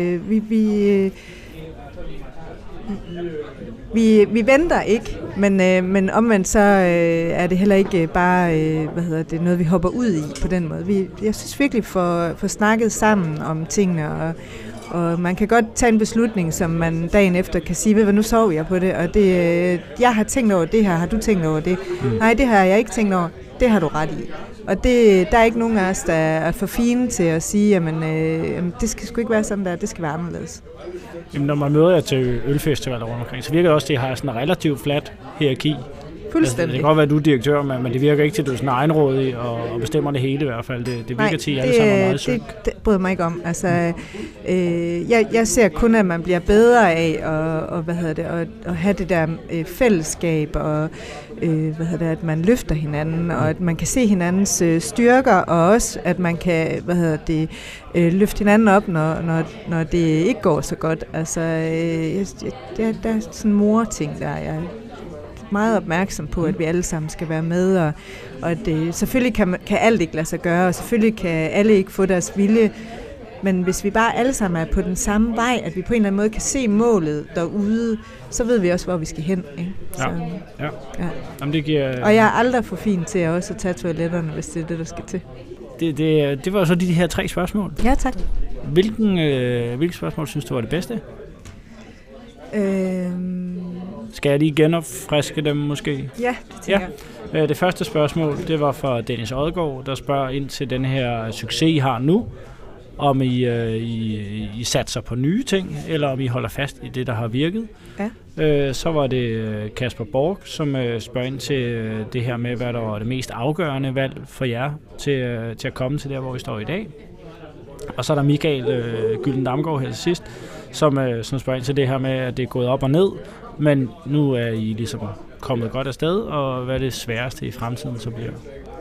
vi venter ikke, men omvendt så er det heller ikke bare noget, vi hopper ud i på den måde. Jeg synes virkelig, får snakket sammen om tingene, og man kan godt tage en beslutning, som man dagen efter kan sige, hvad nu sov jeg på det, og det, jeg har tænkt over det her, har du tænkt over det? Nej, det har jeg ikke tænkt over, det har du ret i. Og der er ikke nogen af os, der er for fine til at sige, jamen det skal sgu ikke være sådan der, det skal være anderledes. Jamen, når man møder jer til ølfestivaler rundt omkring, så virker det også, at det har sådan en relativt flat hierarki. Fuldstændig. Altså, det kan godt være, at du er direktør, men det virker ikke til, at du er sådan egenrådig og bestemmer det hele i hvert fald. Det virker til, at alle sammen er meget søgt. Det bryder mig ikke om. Altså, jeg ser kun, at man bliver bedre af at have det der fællesskab, og at man løfter hinanden, og at man kan se hinandens styrker, og også, at man kan løfte hinanden op, når det ikke går så godt. Altså, der er sådan en mor-ting, der jeg meget opmærksom på, at vi alle sammen skal være med, og at selvfølgelig kan alt ikke lade sig gøre, og selvfølgelig kan alle ikke få deres vilje, men hvis vi bare alle sammen er på den samme vej, at vi på en eller anden måde kan se målet derude, så ved vi også, hvor vi skal hen. Ikke? Så, ja. Jamen, det giver... Og jeg er aldrig for fin til at også tage toiletterne, hvis det er det, der skal til. Det var så de her 3 spørgsmål. Ja, tak. Hvilke spørgsmål synes du var det bedste? Skal jeg lige genopfriske dem måske? Ja, det tænker jeg. Det første spørgsmål, det var fra Dennis Odgaard, der spørger ind til den her succes, I har nu, om I satser på nye ting, eller om I holder fast i det, der har virket. Ja. Så var det Kasper Borg, som spørger ind til det her med, hvad der var det mest afgørende valg for jer til at komme til der, hvor I står i dag. Og så er der Michael Gylden Damgaard her til sidst, som spørger ind til det her med, at det er gået op og ned, men nu er I ligesom kommet godt afsted, og hvad er det sværeste i fremtiden så bliver?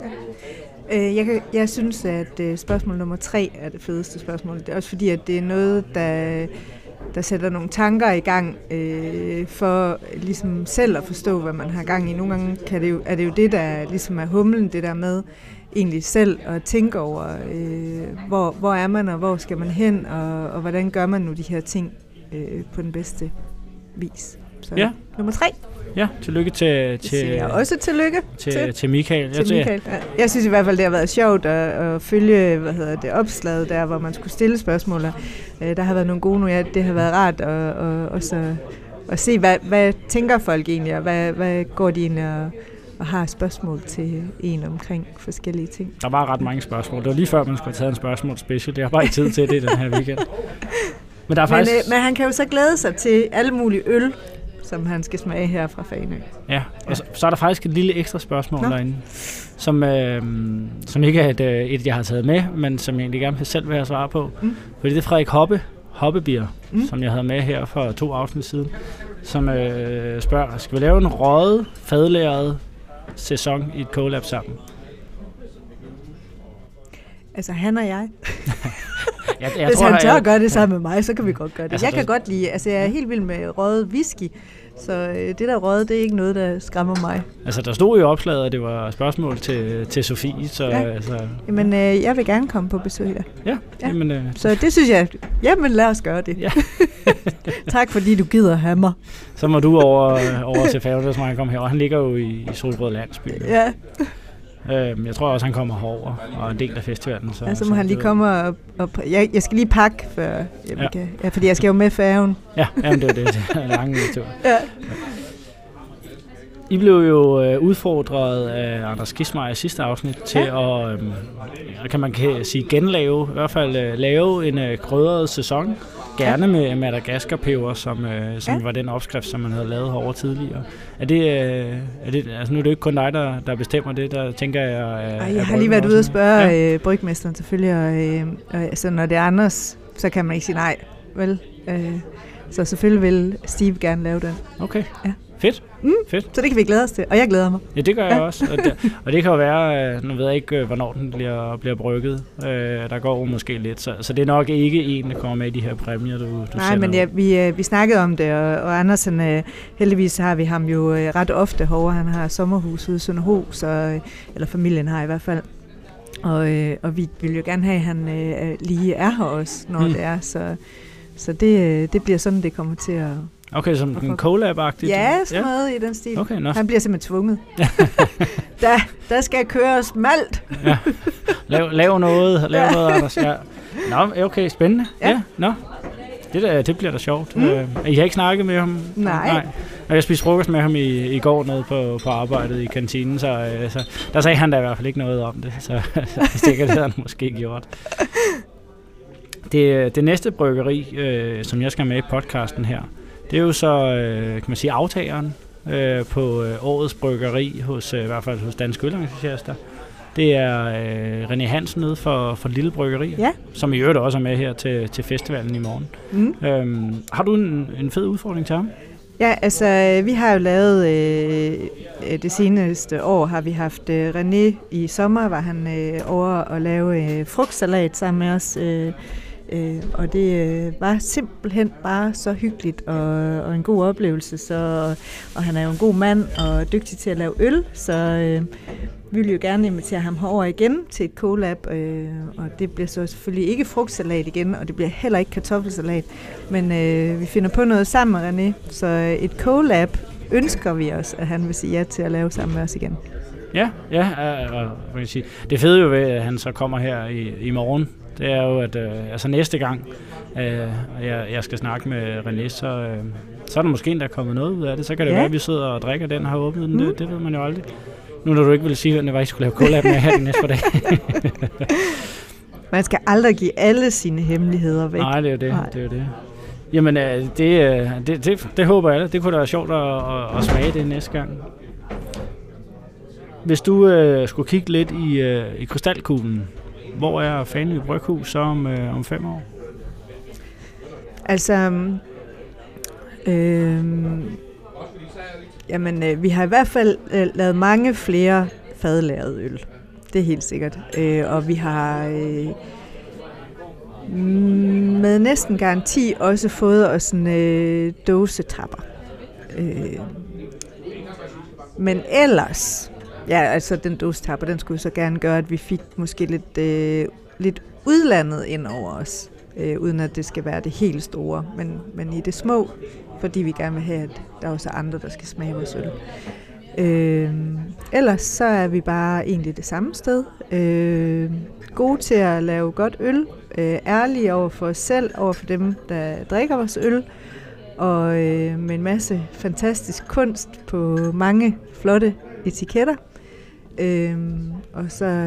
Jeg synes, at spørgsmål nummer 3 er det fedeste spørgsmål. Det er også fordi, at det er noget, der sætter nogle tanker i gang for ligesom selv at forstå, hvad man har gang i. Nogle gange er det jo det, der ligesom er humlen, det der med egentlig selv at tænke over, hvor er man, og hvor skal man hen, og hvordan gør man nu de her ting på den bedste vis. Så ja. Nummer 3. Ja, tillykke til også tillykke til Michael. Michael. Ja. Jeg synes i hvert fald, det har været sjovt at følge opslaget der, hvor man skulle stille spørgsmål. Der har været nogle gode nu. Ja, det har været rart at se, hvad tænker folk egentlig, og hvad går de egentlig og har spørgsmål til en omkring forskellige ting. Der var ret mange spørgsmål. Det var lige før, man skulle have taget en spørgsmål special. Det har bare ikke tid til det den her weekend. Men, der er faktisk... men han kan jo så glæde sig til alle mulige øl, som han skal smage her fra Fanø. Ja, og så er der faktisk et lille ekstra spørgsmål derinde, som ikke er et, jeg har taget med, men som jeg egentlig gerne selv vil have svar på. Fordi det er Frederik Hoppebier, som jeg havde med her for 2 afsnit siden, som spørger, skal vi lave en røget, fadlæret sæson i et collab sammen? Altså han og jeg. jeg Hvis han tør gøre det sammen med mig, så kan vi godt gøre det. Altså, jeg kan godt lide, altså jeg er helt vild med røget whisky. Så det der røget, det er ikke noget, der skræmmer mig. Altså, der stod jo opslaget, at det var spørgsmål til Sofie, så... Ja. Altså... Jamen, jeg vil gerne komme på besøg der. Ja. Jamen, så det synes jeg, jamen lad os gøre det. Ja. Tak fordi du gider have mig. Så må du over til Færge, så må han komme her. Han ligger jo i Solrød Landsby. Ja. Jeg tror også, han kommer herover og er en del af festivalen. Så må han lige komme og jeg skal lige pakke, før jeg kan. Ja, fordi jeg skal jo med færgen. Ja, jamen det er det. Det er en lang tur. Ja. I blev jo udfordret af Anders Kissmeyer i sidste afsnit til at, kan man sige, genlave, i hvert fald lave en krydret sæson. Gerne med Madagaskar-peber, som var den opskrift, som man havde lavet herovre tidligere. Er det, altså nu er det ikke kun dig, der bestemmer det, der tænker jeg... Jeg har lige været ude og spørge brygmesteren selvfølgelig, og altså, når det er Anders, så kan man ikke sige nej, vel? Så selvfølgelig vil Steve gerne lave den. Okay, ja. Fedt. Fedt. Så det kan vi glæde os til, og jeg glæder mig. Ja, det gør jeg også. Og det kan jo være, nu ved jeg ikke, hvornår den bliver brygget. Der går måske lidt, så det er nok ikke en, der kommer med i de her præmier, du nej, men vi snakkede om det, og Andersen, heldigvis har vi ham jo ret ofte herovre. Han har sommerhus ude i Sønderho, eller familien har i hvert fald. Og vi vil jo gerne have, at han lige er her også, når det er. Så det bliver sådan, det kommer til at... Okay, som en collab-agtigt? Ja, sådan noget i den stil. Okay, han bliver simpelthen tvunget. der skal køres malt. Ja. Lav noget, Anders. Ja. Nå, okay, spændende. Ja. Nå. Det bliver da sjovt. I har ikke snakket med ham? Nej. Og jeg spiste frokost med ham i går nede på arbejdet i kantinen, så der sagde han da i hvert fald ikke noget om det. Så det havde han måske gjort. Det næste bryggeri, som jeg skal have med i podcasten her, det er jo så, kan man sige, aftageren på årets bryggeri, i hvert fald hos Danske Ølentusiaster. Det er René Hansen nede for Lille Bryggeri, som i øvrigt også er med her til festivalen i morgen. Har du en fed udfordring til ham? Ja, altså vi har jo lavet, det seneste år har vi haft René i sommer, var han over at lave frugtsalat sammen med os. Og det var simpelthen bare så hyggeligt og en god oplevelse. Og han er jo en god mand og dygtig til at lave øl, så vi vil jo gerne invitere ham herover igen til et collab. Og det bliver så selvfølgelig ikke frugtsalat igen, og det bliver heller ikke kartoffelsalat. Men vi finder på noget sammen med René, så et collab ønsker vi os, at han vil sige ja til at lave sammen med os igen. Ja, og kan sige, det fede jo ved, at han så kommer her i morgen. Det er jo, at altså næste gang, jeg skal snakke med René, så er der måske en, der er kommet noget ud af det. Så kan det være, at vi sidder og drikker den og har åbnet den. Det ved man jo aldrig. Nu når du ikke ville sige, at I skulle lave collab med her de næste par dage. Man skal aldrig give alle sine hemmeligheder væk. Nej, det er jo det. Det er jo det. Jamen, det håber jeg. Det kunne da være sjovt at smage det næste gang. Hvis du skulle kigge lidt i krystalkuglen, hvor er Fanø Bryghus så om 5 år? Altså, vi har i hvert fald lavet mange flere fadlaget øl. Det er helt sikkert. Og vi har med næsten garanti også fået os en dåsetapper. Men ellers... Ja, altså den dåsetapper, den skulle så gerne gøre, at vi fik måske lidt udlandet ind over os, uden at det skal være det helt store, men i det små, fordi vi gerne vil have, at der er også andre, der skal smage vores øl. Ellers så er vi bare egentlig det samme sted. Gode til at lave godt øl, ærlige over for os selv, over for dem, der drikker vores øl, og med en masse fantastisk kunst på mange flotte etiketter. Og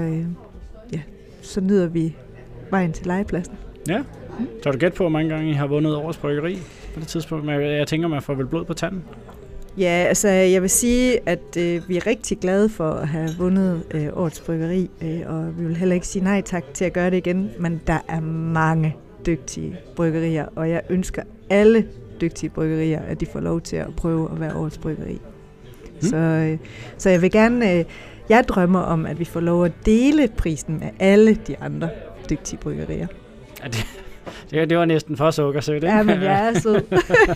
så nyder vi vejen til legepladsen. Ja, så har du gæt på, hvor mange gange I har vundet årets bryggeri på det tidspunkt? Jeg tænker, man får vel blod på tanden? Ja, altså jeg vil sige, at vi er rigtig glade for at have vundet årets bryggeri, og vi vil heller ikke sige nej tak til at gøre det igen, men der er mange dygtige bryggerier, og jeg ønsker alle dygtige bryggerier, at de får lov til at prøve at være årets bryggeri. Så jeg vil gerne, jeg drømmer om, at vi får lov at dele prisen med alle de andre dygtige bryggerier. Det var næsten for sukkersødt, ikke? Ja, men jeg er sød.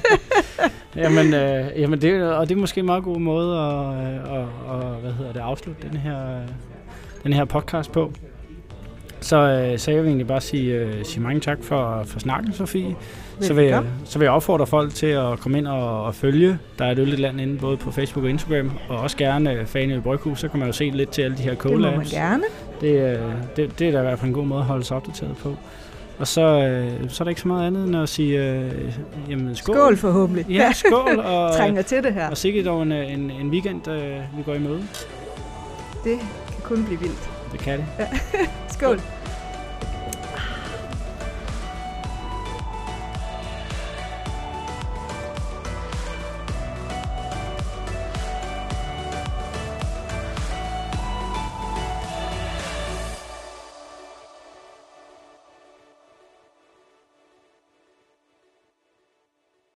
jamen det er måske en meget god måde at afslutte den her podcast på. Så jeg vil egentlig bare sige mange tak for snakken, Sofie. Så vil jeg opfordre folk til at komme ind og følge. Der er et øl i land inde både på Facebook og Instagram, og også gerne Fanø Bryghus, så kan man jo se lidt til alle de her collabs. Det må man gerne. Det er da i hvert fald en god måde at holde sig opdateret på. Og så er der ikke så meget andet end at sige skål. Skål forhåbentlig. Ja, skål. Og trænger til det her. Og sikkert dog en weekend, vi går i møde. Det kan kun blive vildt. Det kan det. Ja. Skål.